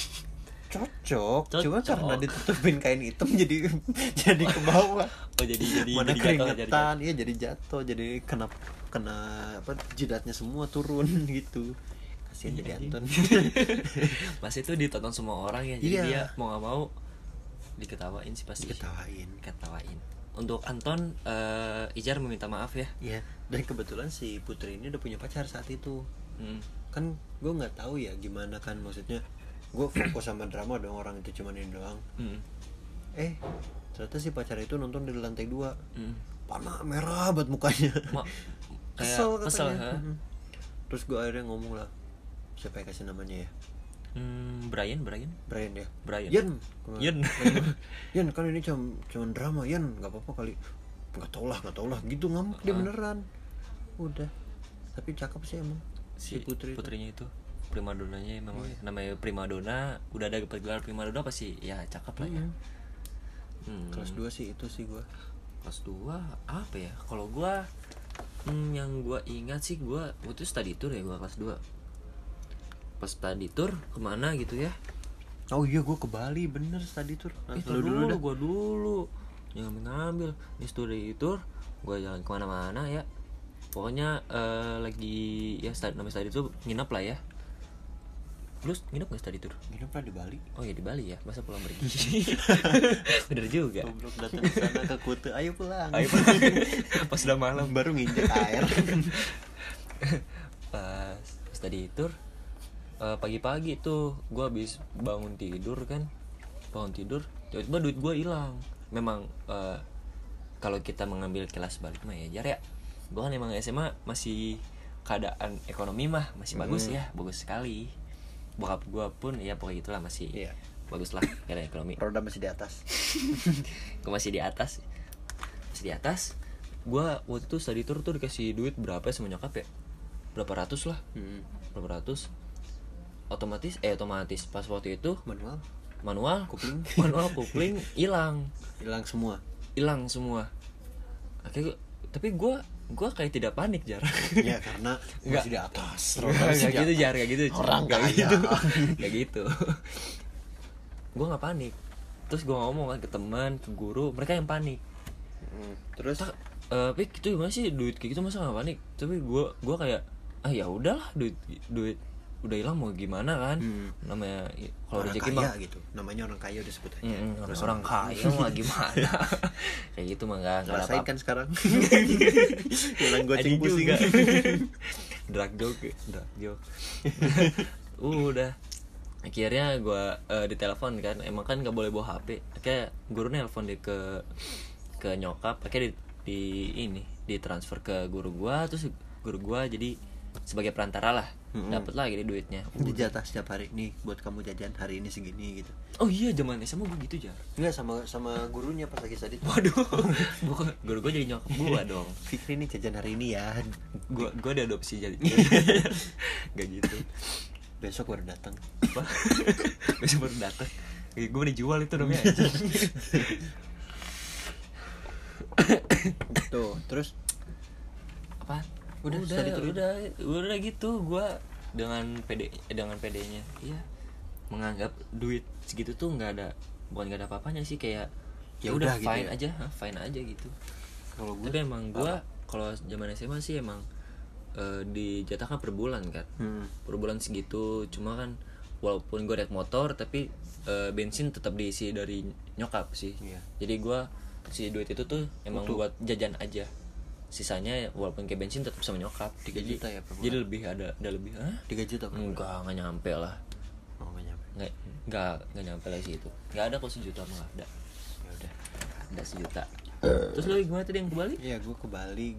Cocok. Cuma karena ditutupin kain hitam jadi ke bawah. Oh jadi mana jadi keringetan, iya jadi jatuh, jadi kena jidatnya semua turun gitu. Kasian jadi Anton. Mas itu ditonton semua orang ya, jadi dia mau nggak mau diketawain sih pasti. Ketawain. Untuk Anton, Ijar meminta maaf ya. Iya. Dan kebetulan si Putri ini udah punya pacar saat itu. Kan gue nggak tahu ya gimana kan, maksudnya gue fokus sama drama dong, orang itu cuman ini doang. Ternyata si pacar itu nonton di lantai 2. Panah merah banget mukanya. Kesel katanya. Terus gue akhirnya ngomong lah, siapa yang kasih namanya ya? Brian ya. Brian. Yan kan ini cuman drama, Yan nggak apa-apa kali. Nggak tau lah gitu, ngamuk dia beneran. Udah, tapi cakep sih emang si putrinya itu. Primadonanya memang namanya primadona, udah ada gelar primadona pasti ya cakep lah ya. Kelas 2 sih itu sih gue. Kelas 2 apa ya? Kalau gue yang gue ingat sih, gue waktu itu study tour ya, gue kelas 2. Pas study tour kemana gitu ya? Oh iya, gue ke Bali bener study tour. Itu dulu gue dulu yang ngambil di study tour, gue jalan kemana-mana ya. Pokoknya lagi ya namanya study tour nginep lah ya. Terus nginep nggak study tour? Nginep lah di Bali. Oh ya di Bali ya, masa pulang pergi? Bener juga. Goblok, datang ke sana ke Kuta, ayo pulang. Pas udah malam baru nginjek air. Pas study tour pagi-pagi tuh gue habis bangun tidur, tiba-tiba duit gue hilang. Memang kalau kita mengambil kelas balik mah ya jar ya, gue kan emang SMA masih keadaan ekonomi mah masih bagus ya, bagus sekali. Bokap gue pun ya pokoknya itulah masih bagus lah keadaan ekonomi. Roda masih di atas. Gue masih di atas. Gue waktu itu study tour tuh dikasih duit berapa ya sama nyokap ya, berapa ratus lah. Berapa ratus. Otomatis pas waktu itu manual kopling hilang semua. Akhirnya tapi gue kayak tidak panik jar. Ya karena masih di atas. Gak gitu jar, gak gitu. Orang gak kaya. Gak gitu. Gue nggak panik. Terus gue ngomong kan ke teman, ke guru, mereka yang panik. Terus Pik itu gimana sih duit kayak gitu, masa nggak panik? Tapi gue kayak ya udahlah, duit udah hilang mau gimana kan. Namanya kalau rezeki mah gitu, namanya orang kaya udah sebut aja. Orang kaya mah gimana. Kayak gitu mah nggak rasain apa-apa kan sekarang. Hilang goceng pusing. drag joke udah akhirnya gue ditelepon kan, emang kan nggak boleh bawa HP. Akhirnya guru nelpon deh ke nyokap, akhirnya di transfer ke guru gue. Terus guru gue jadi sebagai perantara lah, dapat lagi deh duitnya. Dijatah setiap hari nih buat kamu jajan hari ini segini gitu. Oh iya, zaman SMA gue gitu jar. Enggak, sama gurunya pas lagi tadi. Waduh, bukan guru gue jadi nyokap gue dong. Fikri nih jajan hari ini ya. Gue ada adopsi jadi. Gak gitu. Besok baru datang. Besok baru datang. Gue dijual itu namanya aja. Tuh, terus apa? Udah gitu. Gue dengan PD-nya iya, menganggap duit segitu tuh nggak ada apa-apanya sih, kayak ya udah gitu fine aja gitu. Kalau gue tapi emang gue kalau zaman SMA sih emang dijatahkan per bulan kan. Per bulan segitu. Cuma kan walaupun gue naik motor tapi bensin tetap diisi dari nyokap sih. Jadi gue si duit itu tuh emang buat jajan aja. Sisanya walaupun kayak bensin tetap sama nyokap. 3 juta ya per bulan. Jadi lebih ada lebih. 3 juta per bulan. Enggak nyampe lah. Oh, enggak nyampe. Enggak nyampe lah sih itu. Enggak ada kok sejuta mah ada. Ya udah. Ada sejuta. Terus lo gimana tadi yang ke Bali? Iya, gue ke Bali.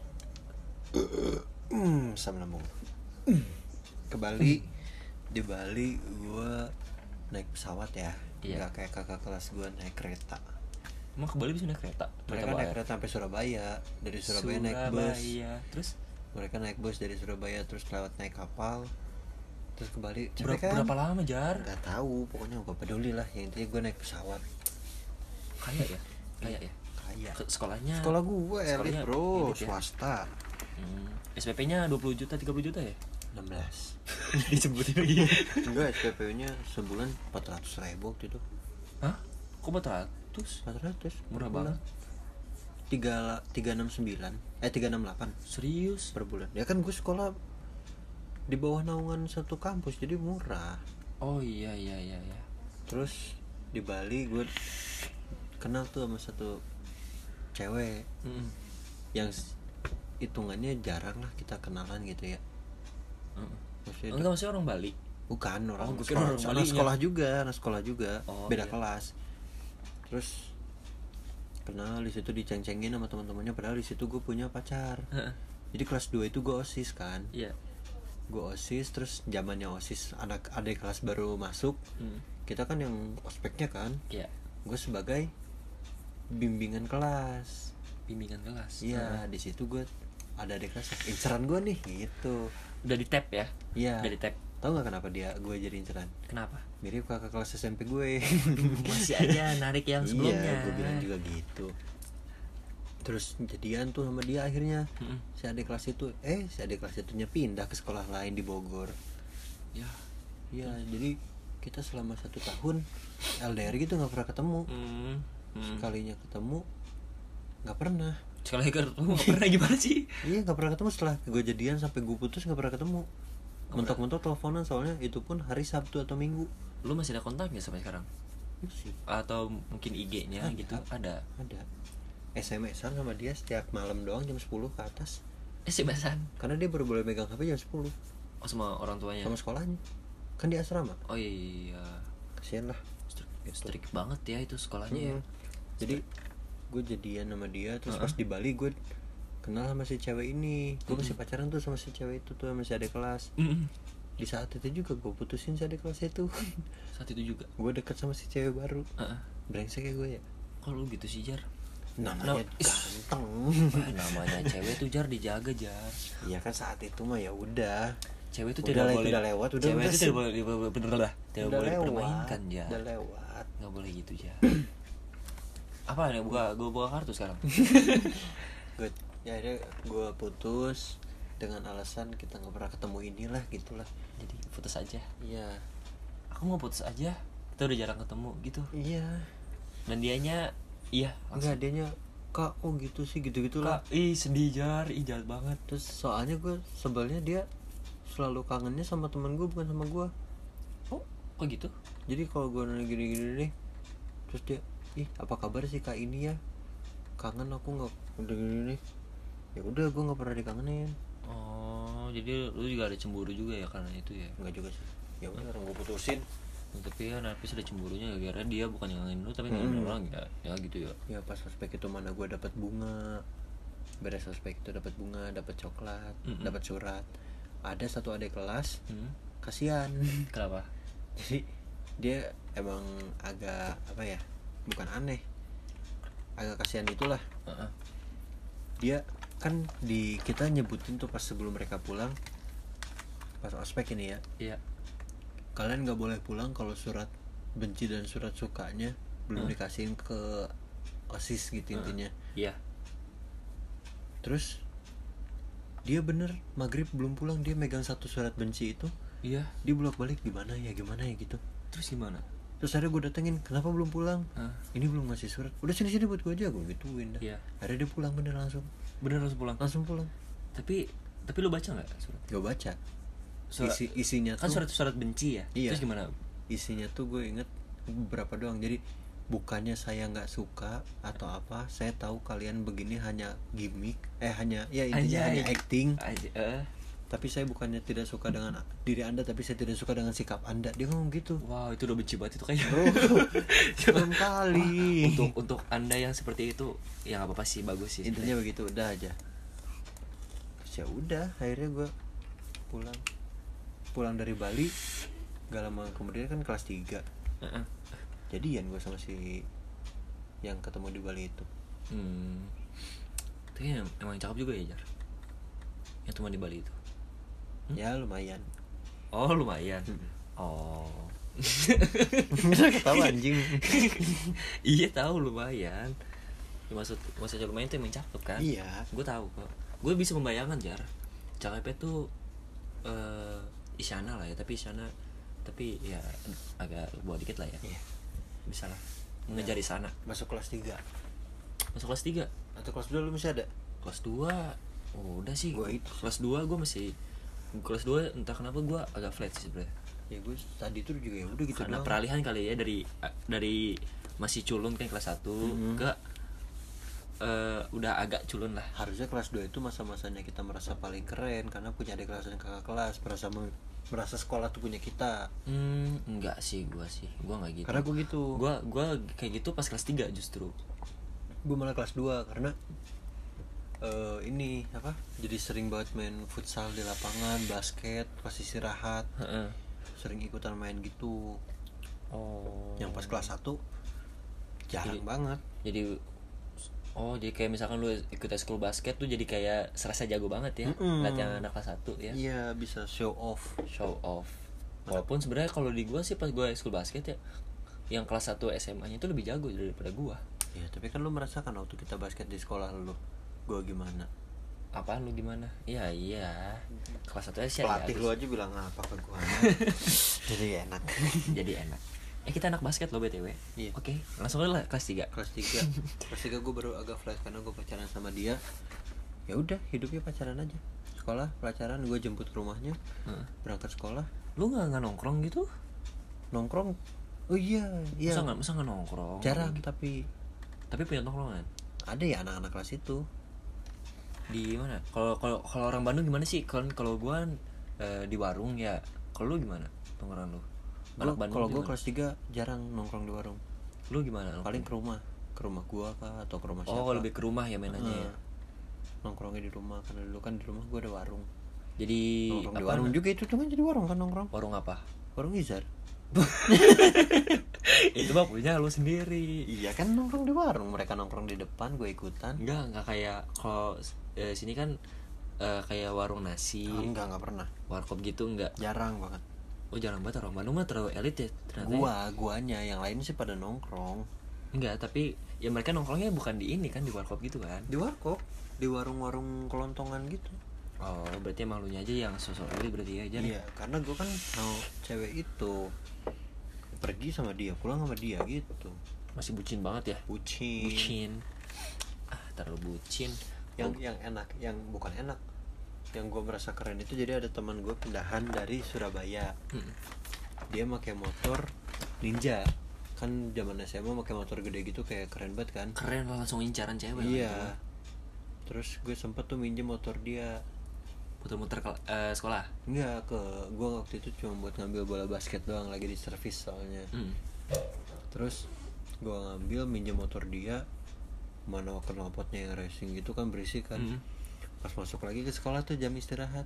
Sama lambung. Ke Bali. Di Bali gue naik pesawat ya. Enggak kayak kakak kelas gue naik kereta. Emang ke Bali bisa naik kereta? Mereka naik kereta sampai Surabaya. Dari Surabaya naik bus. Terus mereka naik bus dari Surabaya, terus lewat naik kapal, terus ke Bali. Berapa lama jar? Gak tahu, pokoknya gak peduli lah. Yang intinya gue naik pesawat. Kaya ya? Kaya. Sekolahnya? Sekolah gue elit bro, swasta. SPP-nya 20 juta, 30 juta ya? 16. Disebutin lagi. Enggak, SPP-nya sebulan 400.000 waktu itu. Hah? Kok 400? 400 murah banget. 368 serius per bulan. Ya kan gue sekolah di bawah naungan satu kampus, jadi murah. Oh iya. Terus di Bali gue kenal tuh sama satu cewek yang hitungannya jarang lah kita kenalan gitu ya. Maksudnya orang Bali? Bukan orang gue kira orang anak Balinya. anak sekolah juga, Oh, beda iya. kelas. Terus kenal di situ, diceng-cengin sama teman-temannya, padahal di situ gue punya pacar. Heeh. Jadi kelas 2 itu gue OSIS kan. Iya. Gue OSIS, terus zamannya OSIS anak adik kelas baru masuk. Kita kan yang ospeknya kan. Iya. Gue sebagai bimbingan kelas. Bimbingan kelas. Iya, di situ gue ada adik kelas inceran gue nih gitu. Udah di tap ya? Iya. Udah di tap. Tahu nggak kenapa gue jadi inceran? Kenapa? Mirip kakak kelas SMP gue. Masih aja narik yang sebelumnya. Iya, gue bilang juga gitu. Terus jadian tuh sama dia akhirnya. Si adik kelas itu pindah ke sekolah lain di Bogor. Ya. Iya, jadi kita selama 1 tahun LDR gitu nggak pernah ketemu. Sekalinya ketemu nggak pernah. Sekali ketemu nggak pernah gimana sih? Iya, nggak pernah ketemu. Setelah gue jadian sampai gue putus nggak pernah ketemu. Mentok-mentok teleponan, soalnya itu pun hari Sabtu atau Minggu. Lu masih ada kontaknya sampai sekarang? Masih Atau mungkin IG-nya gitu? Ada. SMS-an sama dia setiap malam doang jam 10 ke atas. Si Basan. Karena dia baru boleh megang HP jam 10 Oh, sama orang tuanya. sama sekolahnya. Kan di asrama. Oh iya. Kasian lah. Strict banget ya itu sekolahnya ya. Jadi gue jadian sama dia, terus pas di Bali gue kenal sama si cewek ini. Gue masih pacaran tuh sama si cewek itu tuh, sama si adik kelas. Di saat itu juga gue putusin si adik kelas itu. Saat itu juga. Gue deket sama si cewek baru. Brengsek ya gue ya. Kok lu gitu sih, Jar? Namanya ganteng. Namanya cewek tuh, Jar, dijaga, Jar. Iya kan saat itu mah ya udah. Cewek itu Udah tidak lah, boleh. udah lewat, udah Cewek udah itu sih. tidak boleh tidak Udah boleh lewat. dipermainkan, Jar. Udah lewat. Nggak boleh gitu, Jar. Apa nih? Gue buka kartu sekarang. Gue putus dengan alasan kita nggak pernah ketemu inilah gitulah. Jadi putus aja. Iya. Aku mau putus aja. Kita udah jarang ketemu gitu. Iya. Dan dianya iya Enggak, dianya kak kok gitu sih, gitu-gitulah. Kak, sedih, Jar. Jahat banget. Terus soalnya gue sebelnya dia selalu kangennya sama teman gue, bukan sama gue. Oh, kok gitu? Jadi kalau gue nanya gini-gini nih, terus dia, apa kabar sih kak ini ya, kangen aku nggak, udah gini nih. Ya udah, gue nggak pernah dikangenin. Oh, jadi lu juga ada cemburu juga ya karena itu ya? Enggak juga sih. Ya udah, orang gue putusin. Tapi kan habis ada cemburunya gara-gara dia bukan yang lu tapi nganggin orang ya gitu ya. Ya pas ospek itu mana gue dapat bunga, beres ospek itu dapat bunga, dapat coklat, dapat surat. Ada satu adik kelas, kasihan. Kenapa? Jadi dia emang agak apa ya, bukan aneh, agak kasihan itulah. Dia kan kita nyebutin tuh pas sebelum mereka pulang, pas ospek ini ya, Iya. kalian nggak boleh pulang kalau surat benci dan surat sukanya belum dikasihin ke OSIS gitu intinya. Iya. Terus dia bener maghrib belum pulang, dia megang satu surat benci itu. Iya. Dia bolak-balik gimana ya gitu. Terus gimana? Terus akhirnya gue datengin, kenapa belum pulang? Ini belum ngasih surat. Udah sini buat gue aja, gue gituin dah. Iya. Akhirnya dia pulang, bener langsung Langsung pulang. Tapi lu baca nggak surat? Gue baca. Surat, Isinya kan tuh surat benci ya. Iya. Terus gimana? Isinya tuh gue inget beberapa doang. Jadi bukannya saya nggak suka atau apa, saya tahu kalian begini hanya gimmick, hanya ya intinya hanya acting. Tapi saya bukannya tidak suka dengan diri anda, tapi saya tidak suka dengan sikap anda. Dia ngomong gitu. Wow, itu udah benci banget itu kayaknya. Belum kali. Untuk anda yang seperti itu, ya nggak apa-apa sih, bagus sih. Intinya begitu, udah aja. Terus ya udah, akhirnya gue pulang dari Bali. Gak lama kemudian kan kelas 3. Jadian gue sama si yang ketemu di Bali itu. Tapi emang cakep juga ya, Jar. Yang teman di Bali itu. Ya lumayan. Oh, lumayan. Oh. Ketawa anjing. Iya, tahu lumayan. Ya, maksudnya lumayan tuh emang cakep kan? Iya. Gue tahu kok. Gue bisa membayangkan, Jar. Cakepnya tuh Isyana lah ya, tapi ya agak bawah dikit lah ya. Iya. Bisa lah. Mengejar di sana. Masuk kelas 3. Masuk kelas 3. Atau kelas 2 lu masih ada? Kelas 2. Oh, udah sih. Gua itu. Kelas 2 gue masih. Kelas 2 entah kenapa gue agak flat sih sebenarnya. Ya gue tadi itu juga ya udah gitu Karena doang. peralihan kali ya dari masih culun kan kelas 1 ke udah agak culun lah. Harusnya kelas 2 itu masa-masanya kita merasa paling keren karena punya adik kelas dan kakak kelas, merasa merasa sekolah tuh punya kita. Enggak sih, gua nggak gitu. Karena gue gitu. Gua kayak gitu pas kelas 3 justru. Gue malah kelas 2 karena ini apa? Jadi sering banget main futsal di lapangan, basket pas istirahat. Heeh. Sering ikutan main gitu. Oh. Yang pas kelas 1 jarang banget. Jadi jadi kayak misalkan lu ikut school basket tuh jadi kayak serasa jago banget ya. Lihat yang anak kelas 1 ya. Iya, bisa show off. Walaupun sebenarnya kalau di gua sih pas gua school basket ya, yang kelas 1 SMA-nya itu lebih jago daripada gua. Ya, tapi kan lu merasakan waktu kita basket di sekolah lu. Gua gimana? Apaan lu gimana? Iya. Kelas 1 sih Pelatih lu aja bilang apa ke gua. Jadi enak. Jadi enak. Kita anak basket loh BTW. Iya. Oke, langsung aja lah kelas 3. Kelas 3 gue baru agak flash karena gue pacaran sama dia. Ya udah, hidupnya pacaran aja. Sekolah, pacaran, gue jemput ke rumahnya. Berangkat sekolah. Lu enggak nongkrong gitu? Nongkrong. Oh iya. Masa enggak nongkrong? Jarang gitu. Tapi punya nongkrongan. Ada ya anak-anak kelas itu. Di mana? Kalau orang Bandung gimana sih? Kalau gua di warung ya. Kalau lu gimana? Nongkrong lu? Kalau gue kelas 3 jarang nongkrong di warung. Lu gimana? Paling ke rumah gua kah atau ke rumah siapa? Oh, lebih ke rumah ya mainannya ya. Nongkrongnya di rumah karena dulu kan di rumah gua ada warung. Jadi nongkrong di warung juga itu kan jadi warung kan nongkrong. Warung apa? Warung Izar. Itu mah punya lu sendiri. Iya kan nongkrong di warung, mereka nongkrong di depan, gue ikutan. Enggak kayak kalau sini kan kayak warung nasi. Enggak pernah. Warkop gitu enggak. Jarang banget. Oh, jarang banget. Orang Bandung mah terlalu elit ya ternyata. Guanya yang lain sih pada nongkrong. Enggak, tapi ya mereka nongkrongnya bukan di ini kan, di warkop gitu kan. Di warkop, di warung-warung kelontongan gitu. Oh, berarti emang lu nya aja yang sosok elit berarti ya, Jan. Iya, karena gue kan mau cewek itu pergi sama dia, pulang sama dia gitu. Masih bucin banget ya? Bucin. Terlalu bucin. Yang enak, yang bukan enak. Yang gue merasa keren itu jadi ada teman gue pindahan dari Surabaya. Dia pakai motor Ninja. Kan zaman SMA pakai motor gede gitu kayak keren banget kan. Keren, langsung incaran cewek. Iya. Terus gue sempet tuh minjem motor dia. Muter-muter sekolah? Enggak, gue waktu itu cuma buat ngambil bola basket doang, lagi di servis soalnya. Terus gue ngambil minjem motor dia, mana knalpotnya yang racing gitu kan berisik kan. Pas masuk lagi ke sekolah tuh jam istirahat,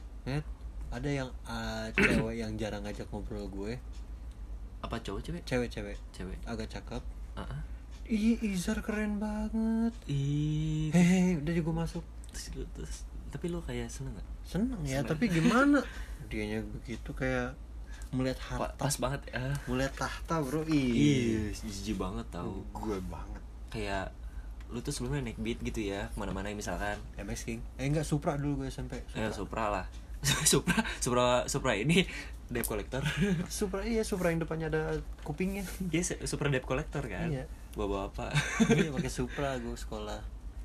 ada yang cewek yang jarang ngajak ngobrol gue. Apa cowok cewek? Cewek agak cakep. Iya, Izar keren banget. Udah juga masuk. Terus tapi lu kayak seneng gak? Seneng ya, tapi gimana dianya begitu kayak melihat harta. Pas banget ya. Melihat tahta bro. Jijik banget tau. Gue banget. Kayak lu tuh sebelumnya naik beat gitu ya kemana-mana misalkan MX King. Enggak, Supra dulu gue SMP. Supra lah. Supra ini debt collector. Supra yang depannya ada kupingnya. Iya, Supra debt collector kan. Iya. Bapak-bapak. Iya, pakai Supra gue sekolah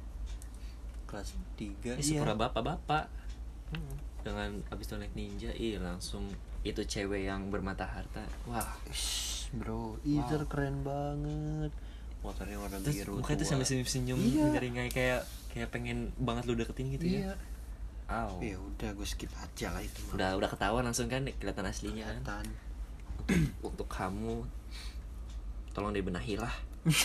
kelas 3. Supra bapak-bapak. Dengan abis itu naik Ninja, langsung itu cewek yang bermata harta. Wah, bro, Izar keren banget. Motornya warna biru. Mukanya tuh sambil senyum-senyum, menyeringai kayak pengen banget lu deketin gitu ya. Ya udah, gue skip aja lah itu. Udah ketahuan langsung kan, kelihatan aslinya kan. Untuk kamu tolong dibenahi lah.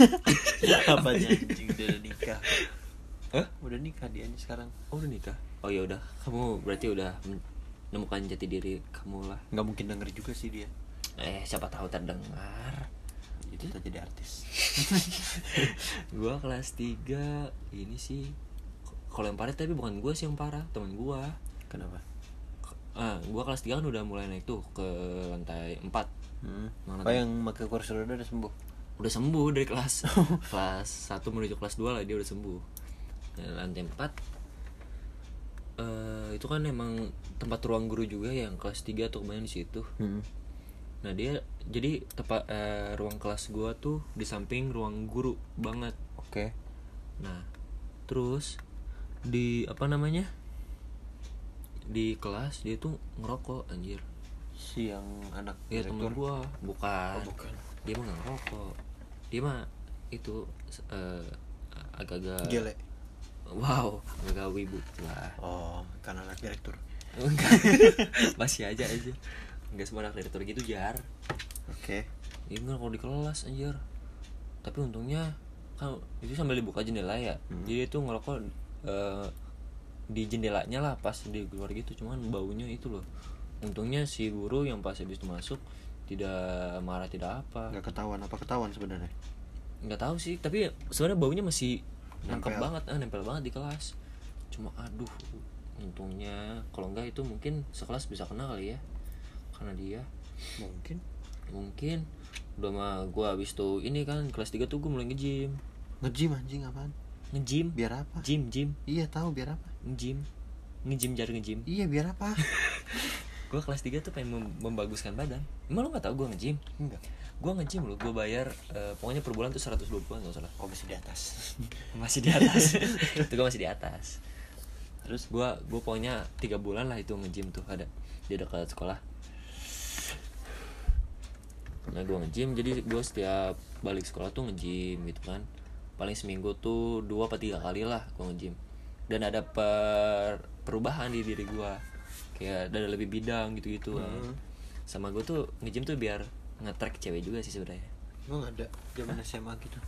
Apa anjing, udah nikah. Udah nikah dia sekarang. Oh, udah nikah. Oh ya udah, kamu berarti udah menemukan jati diri kamu lah. Nggak mungkin denger juga sih dia. Siapa tahu terdengar. Kita jadi artis. Gua kelas 3 ini sih kalau yang parah, tapi bukan gua sih yang parah, teman gua. Kenapa? Gua kelas 3 kan udah mulai naik tuh ke lantai 4. Yang pakai kursi roda udah sembuh? Udah sembuh dari kelas 1 menuju kelas 2 lah, dia udah sembuh. Lantai 4 itu kan emang tempat ruang guru juga, yang kelas 3 tuh main di situ. Nah, dia jadi tempat ruang kelas gua tuh di samping ruang guru banget. Oke. Nah, terus di di kelas dia tuh ngerokok anjir. Si yang anak temen gua. Bukan. Bukan. Dia mah gak ngerokok. Dia mah itu agak-agak gele. Wow, agak wibu lah. Oh, kan anak direktur. Enggak. Masih aja. Enggak semua anak direktur gitu, Jar. Oke. Iya kan kalau di kelas anjir. Tapi untungnya kan itu sambil dibuka jendela ya. Jadi itu ngerokok di jendelanya lah pas di luar gitu, cuman baunya itu loh. Untungnya si guru yang pas habis itu masuk tidak marah tidak apa. Nggak ketahuan apa ketahuan sebenarnya? Nggak tahu sih, tapi sebenarnya baunya masih nangkep Nempel. banget, nempel banget di kelas. Cuma aduh, untungnya kalau enggak itu mungkin sekelas bisa kena kali ya, karena dia mungkin udah mah gue habis tuh ini kan kelas 3 tuh gue mulai nge-gym. Nge-gym anjing apaan? Nge-gym Biar apa? gym Iya tahu biar apa? nge-gym jar nge-gym. Iya biar apa? Gue kelas 3 tuh pengen membaguskan badan. Emang lo gak tau gue nge-gym? Enggak. Gue nge-gym loh, gue bayar pokoknya per bulan tuh 120-an gak salah. Oh masih di atas. Masih di atas. Itu gue masih di atas. Terus gue pokoknya 3 bulan lah itu nge-gym tuh, ada di dekat sekolah. Nah gue nge-gym, jadi gue setiap balik sekolah tuh nge-gym gitu kan. Paling seminggu tuh 2-3 kali lah gue nge-gym. Dan ada perubahan di diri gue, kayak ada lebih bidang gitu-gitu kan. Sama gue tuh nge-gym tuh biar nge-track cewek juga sih sebenarnya. Gue nggak ada zaman SMA gitu.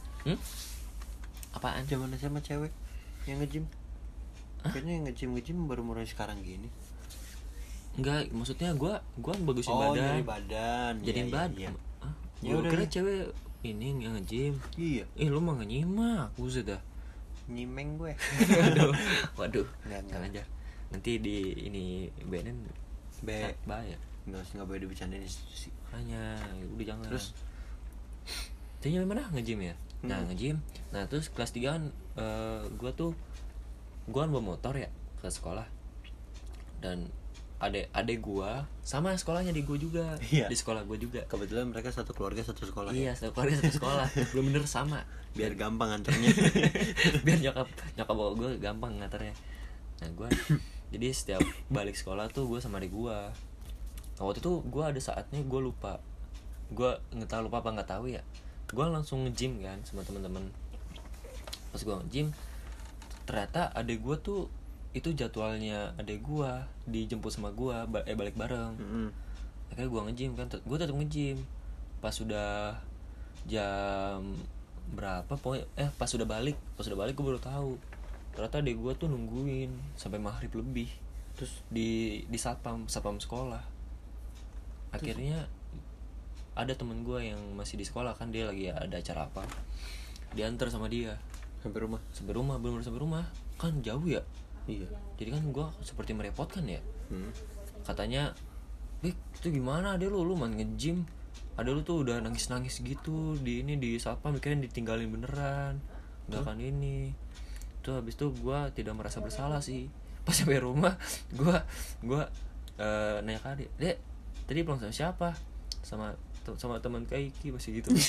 Apaan? Zaman SMA cewek yang nge-gym. Kayaknya yang nge-gym baru mulai sekarang gini. Enggak, maksudnya gue bagusin Oh badan. nyari badan. Jadiin Iya, badan. iya. Ya Ya udah, kira iya. cewek ini yang nge-gym. Iya. Lu mah nge-nyimak, buset dah. Nyimeng gue. Waduh. Enggak. Jangan aja. Nanti di ini BNN bahaya. Nggak boleh dibicarain institusi. Hanya udah jangan. Terus tanya mana nge-gym ya? Nah, nge-gym. Nah, terus kelas 3 kan gua kan bawa motor ya ke sekolah. Dan adek gua sama sekolahnya di gua juga. Iya. Di sekolah gua juga. kebetulan mereka satu keluarga satu sekolah. Iya, Ya? satu keluarga satu sekolah. Bener-bener sama. Biar gampang antarnya. Biar nyokap bawa gue gampang nganternya. Nah gue jadi setiap balik sekolah tuh gue sama adik gue. Nah, waktu itu gue ada saatnya gue lupa, gue nggak tahu lupa apa nggak tahu ya, gue langsung nge-gym kan sama teman-teman. Pas gue nge-gym ternyata adik gue tuh itu jadwalnya adik gue dijemput sama gue balik bareng. Akhirnya gue nge-gym kan, gue tetap nge-gym. Pas sudah jam berapa pokoknya pas udah balik gue baru tahu ternyata adik gue tuh nungguin sampai maghrib lebih terus di satpam sekolah. Akhirnya ada temen gue yang masih di sekolah kan, dia lagi ada acara apa, diantar sama dia Sampai rumah. bener-bener sampai rumah kan jauh ya. Iya. Jadi kan gue seperti merepotkan ya. Katanya, Bik, itu gimana adek lu main nge-gym, ada lu tuh udah nangis gitu di satpam, mikirnya ditinggalin beneran, nggak akan ini. Tuh habis itu gue tidak merasa bersalah sih. Pas sampai rumah gue nanya ke adik, Dek, tadi pulang sama siapa? Sama teman Kaiki, masih gitu.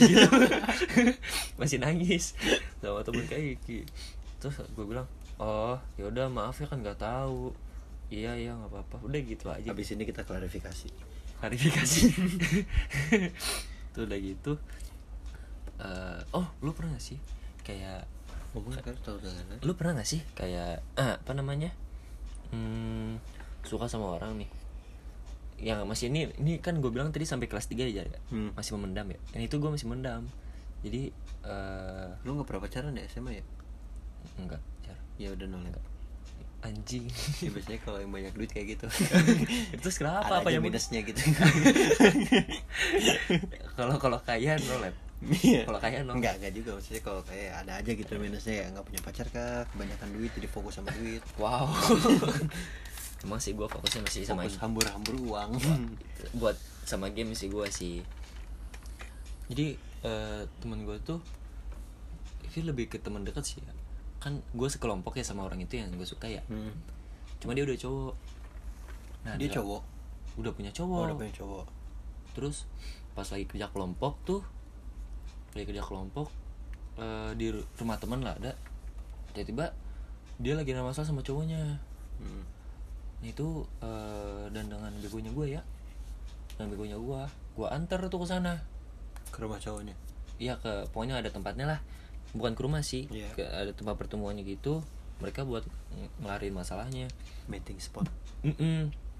Masih nangis sama teman Kaiki. Terus gue bilang, oh yaudah maaf ya kan nggak tahu. Iya nggak apa-apa, udah gitu aja. Habis ini kita klarifikasi. Tuh udah gitu. Oh lu pernah gak sih kayak lu pernah gak sih kayak apa namanya suka sama orang nih yang masih ini kan gue bilang tadi sampai kelas 3 ya masih memendam ya, yang itu gue masih mendam. Jadi lu nggak pernah pacaran ya SMA ya? enggak Ya udah nol enggak. anjing. Ya biasanya kalau yang banyak duit kayak gitu. Terus kenapa Ada apa aja yang minusnya gitu. kalau kaya no lab. Iya. Kalau kaya no. Enggak juga, maksudnya kalau kayak ada aja gitu minusnya ya, nggak punya pacar kah, kebanyakan duit jadi fokus sama duit. Wow. Emang sih gue fokusnya masih sama Fokus hambur-hambur uang. buat sama game sih gue sih. Jadi teman gue tuh itu lebih ke teman dekat sih ya. Kan gue sekelompok ya sama orang itu yang gue suka ya. Cuma dia udah cowok. Nah, Dia cowok. Udah punya cowok. Udah punya cowok. Terus pas lagi kerja kelompok di rumah teman lah ada. Tiba-tiba dia lagi ada masalah sama cowoknya. Nah itu dan dengan begonya gue ya. Dan begonya gue antar tuh ke sana. Ke rumah cowoknya. Iya, pokoknya ada tempatnya lah. Bukan ke rumah sih, Yeah. ada tempat pertemuannya gitu. Mereka buat ngelarin masalahnya. Meeting spot.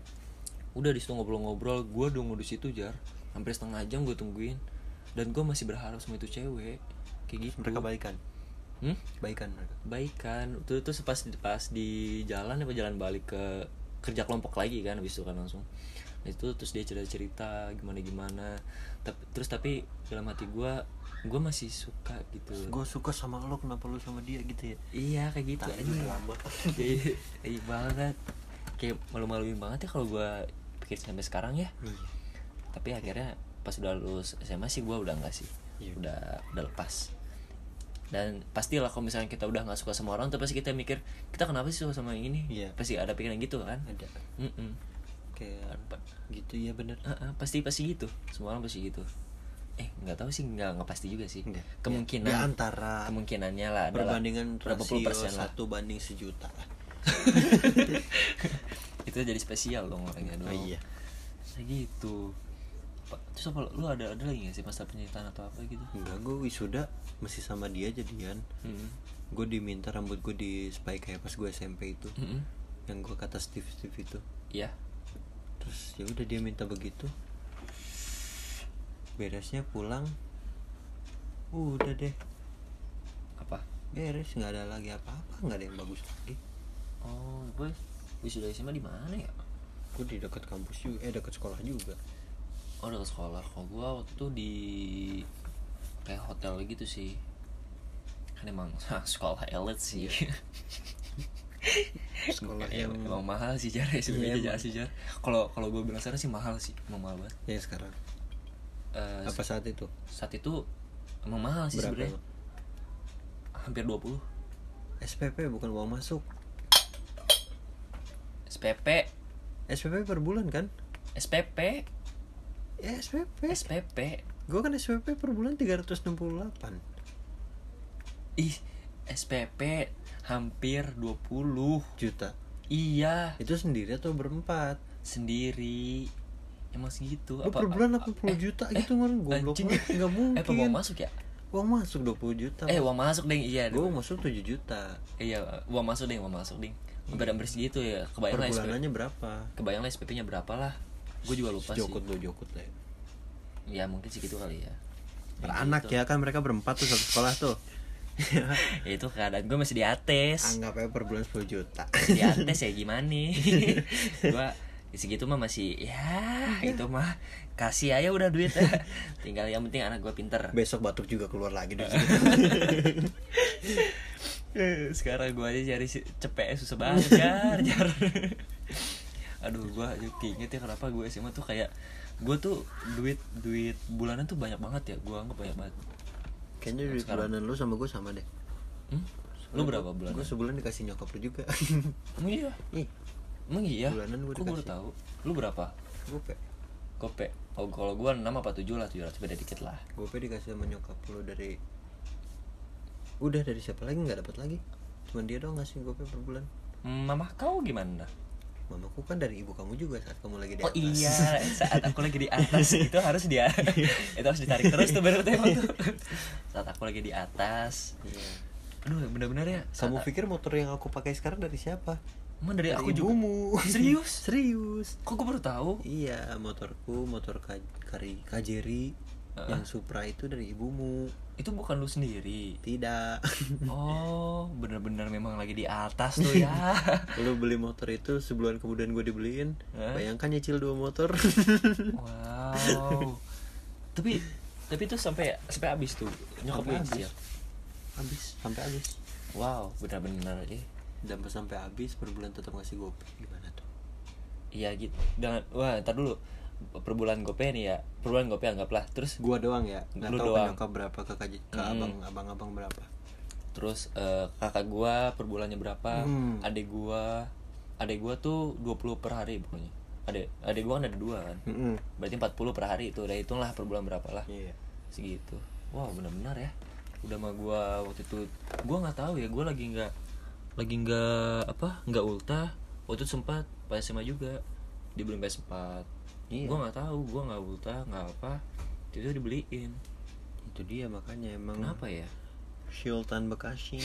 Udah di situ ngobrol-ngobrol, gue nunggu di situ jar hampir setengah jam gue tungguin, dan gue masih berharap sama itu cewek kayak gitu. Mereka baikan. Baikan mereka. Baikan itu pas di jalan apa jalan balik ke kerja kelompok lagi kan, habis itu kan langsung itu terus dia cerita gimana tapi dalam hati gue masih suka gitu. Gue suka sama lo, kenapa lo sama dia gitu ya? Iya kayak gitu aja lama. iya banget, kayak malu-maluin banget ya kalau gue pikir sampai sekarang ya. Tapi akhirnya pas udah lulus SMA sih gue udah enggak sih. Udah lepas. Dan pastilah kalau misalnya kita udah nggak suka sama orang, tapi pasti kita mikir kita kenapa sih suka sama yang ini. Pasti ada pikiran gitu kan. Ada. Kayak gitu ya, bener. Pasti gitu, semua orang pasti gitu. Nggak tahu sih, nggak pasti juga sih. Kemungkinan ya, antara kemungkinannya lah perbandingan berapa puluh persen lah, 1 banding 1.000.000 lah. Itu jadi spesial dong orangnya dong. Iya. Kayak gitu. Terus apa lu ada lagi nggak sih masa penyitaan atau apa gitu? Enggak, gue wisuda masih sama dia jadian. Gue diminta rambut gue di spike kayak pas gue SMP itu. Yang gue kata Steve itu. Iya. Terus ya udah dia minta begitu. Beresnya pulang. Udah deh. Apa? Beres, nggak ada lagi apa-apa, nggak ada yang bagus lagi. Oh, gue wisuda SMA di mana ya? Gue di dekat kampus juga, dekat sekolah juga. Oh, dekat sekolah. Kalau gue waktu itu di kayak hotel gitu sih. Kan emang sekolah elit sih. Sekolah yang emang mahal sih jar, sebenarnya sih jar. Kalau gue bilang sekarang sih mahal sih, emang mahal banget. Ya sekarang. Apa saat itu? Saat itu emang mahal sih sebenarnya. Hampir 20. SPP bukan uang masuk. SPP per bulan kan? SPP. Ya SPP. Gue kan SPP per bulan 368. Ih, SPP hampir 20 juta. Iya. Itu sendiri atau berempat? Sendiri. Emang segitu. Lu per bulan 80 juta gitu kan? Goblok banget. Enggak mungkin. Apa uang masuk ya? Uang masuk 20 juta. Uang masuk ding, iya. Gue masuk 7 juta. Iya, uang masuk ding. Hampir segitu ya. Kebayang per lah bulanannya berapa? Kebayang lah SPP-nya berapa lah. Gue juga lupa sih. Jokut lah ya. Ya mungkin segitu kali ya. Per anak gitu. Ya kan mereka berempat tuh satu sekolah tuh. Itu keadaan gue masih di atas. Anggap aja per bulan 10 juta. Di atas ya gimana nih. Gue segitu mah masih ya itu mah kasih aja udah duit. Tinggal yang penting anak gue pinter. Besok batuk juga keluar lagi dari Sekarang gue aja cari CPS susah banget jar. Aduh, gue inget ya kenapa gue SMA tuh kayak gue tuh duit bulanan tuh banyak banget ya. Gue anggap banyak banget. Kayaknya duit bulanan lu sama gue sama deh. Lu berapa bulanan? Gue sebulan dikasih nyokap lu juga. Emang iya? Emang iya? Bulanan gue dikasih. Gue baru tahu. Lu berapa? Gope. Oh, kalau gue 6 apa 7 lah, 700 beda dikit lah. Gope dikasih sama nyokap lu dari siapa lagi, nggak dapat lagi. Cuman dia doang ngasih gope per bulan. Mama kau gimana? Mamaku kan dari ibu kamu juga saat kamu lagi di atas. Oh iya, saat aku lagi di atas itu harus dia. Itu harus ditarik terus tuh berarti tuh. Saat aku lagi di atas. Iya. Aduh, benar-benar ya. Kamu pikir motor yang aku pakai sekarang dari siapa? Emang dari aku ibumu. Juga. Serius. Kok gue baru tahu? Iya, motor Kajeri yang Supra itu dari ibumu. Itu bukan lu sendiri? Tidak. Oh, benar-benar memang lagi di atas tuh ya. Lu beli motor itu sebulan kemudian gue dibeliin. Bayangkan nyicil 2 motor. Wow. Tapi itu sampai habis tuh. Nyokap habis ya? Sampai habis. Wow, benar-benar Dan pas sampai habis per bulan tetap ngasih gope. Gimana tuh? Iya gitu. Ntar dulu. Per bulan gope nih ya. Per bulan gope anggaplah. Terus gua doang ya. Enggak tahu doang. Ke nyokap berapa, ke abang-abang berapa. Terus kakak gua per bulannya berapa? Adik gua tuh 20 per hari pokoknya. Adik gua kan ada 2 kan. Berarti 40 per hari itu. Udah hitunglah per bulan berapa lah. Iya. Segitu. Wow, benar-benar ya. Udah mah gua waktu itu gua enggak tahu ya, gua lagi enggak ultah. Waktu itu sempat pas SMA juga dibeliin PS4. Iya. Gue nggak tahu, gue nggak ultah, nggak apa, itu dibeliin. Itu dia makanya emang. Kenapa ya? Sultan Bekasi.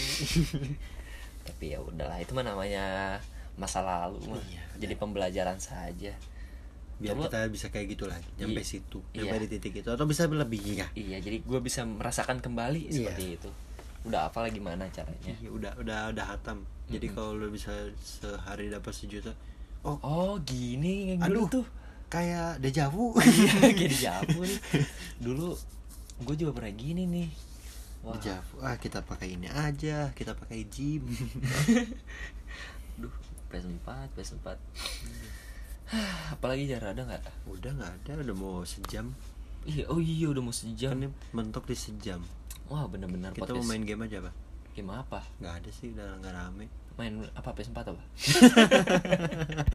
Tapi ya udahlah, itu mah namanya masa lalu mah. Iya, jadi pembelajaran saja. biar Coba- kita bisa kayak gitu lagi, nyampe Iya. situ, Iya. nyampe di titik itu, atau bisa lebih ya. Iya, jadi gue bisa merasakan kembali Iya. seperti itu. Udah hafal gimana caranya. Iya, udah hatam. Jadi kalau lu bisa sehari dapat 1 juta, oh Oh gini yang dulu aduh tuh. kayak dejavu. Iya kayak dijamu nih. Dulu gue juga pernah gini nih. Wah, Dejavu, kita pakai ini aja, kita pakai gym. duh, PS4. Apalagi Jar, ada nggak? Udah nggak ada, udah mau sejam. Iya, oh iya udah mau sejam. Kan ini mentok di sejam. Wah bener-bener Kita mau main game aja, Pak? game apa? Nggak ada sih, udah nggak rame. Main apa PS4 apa?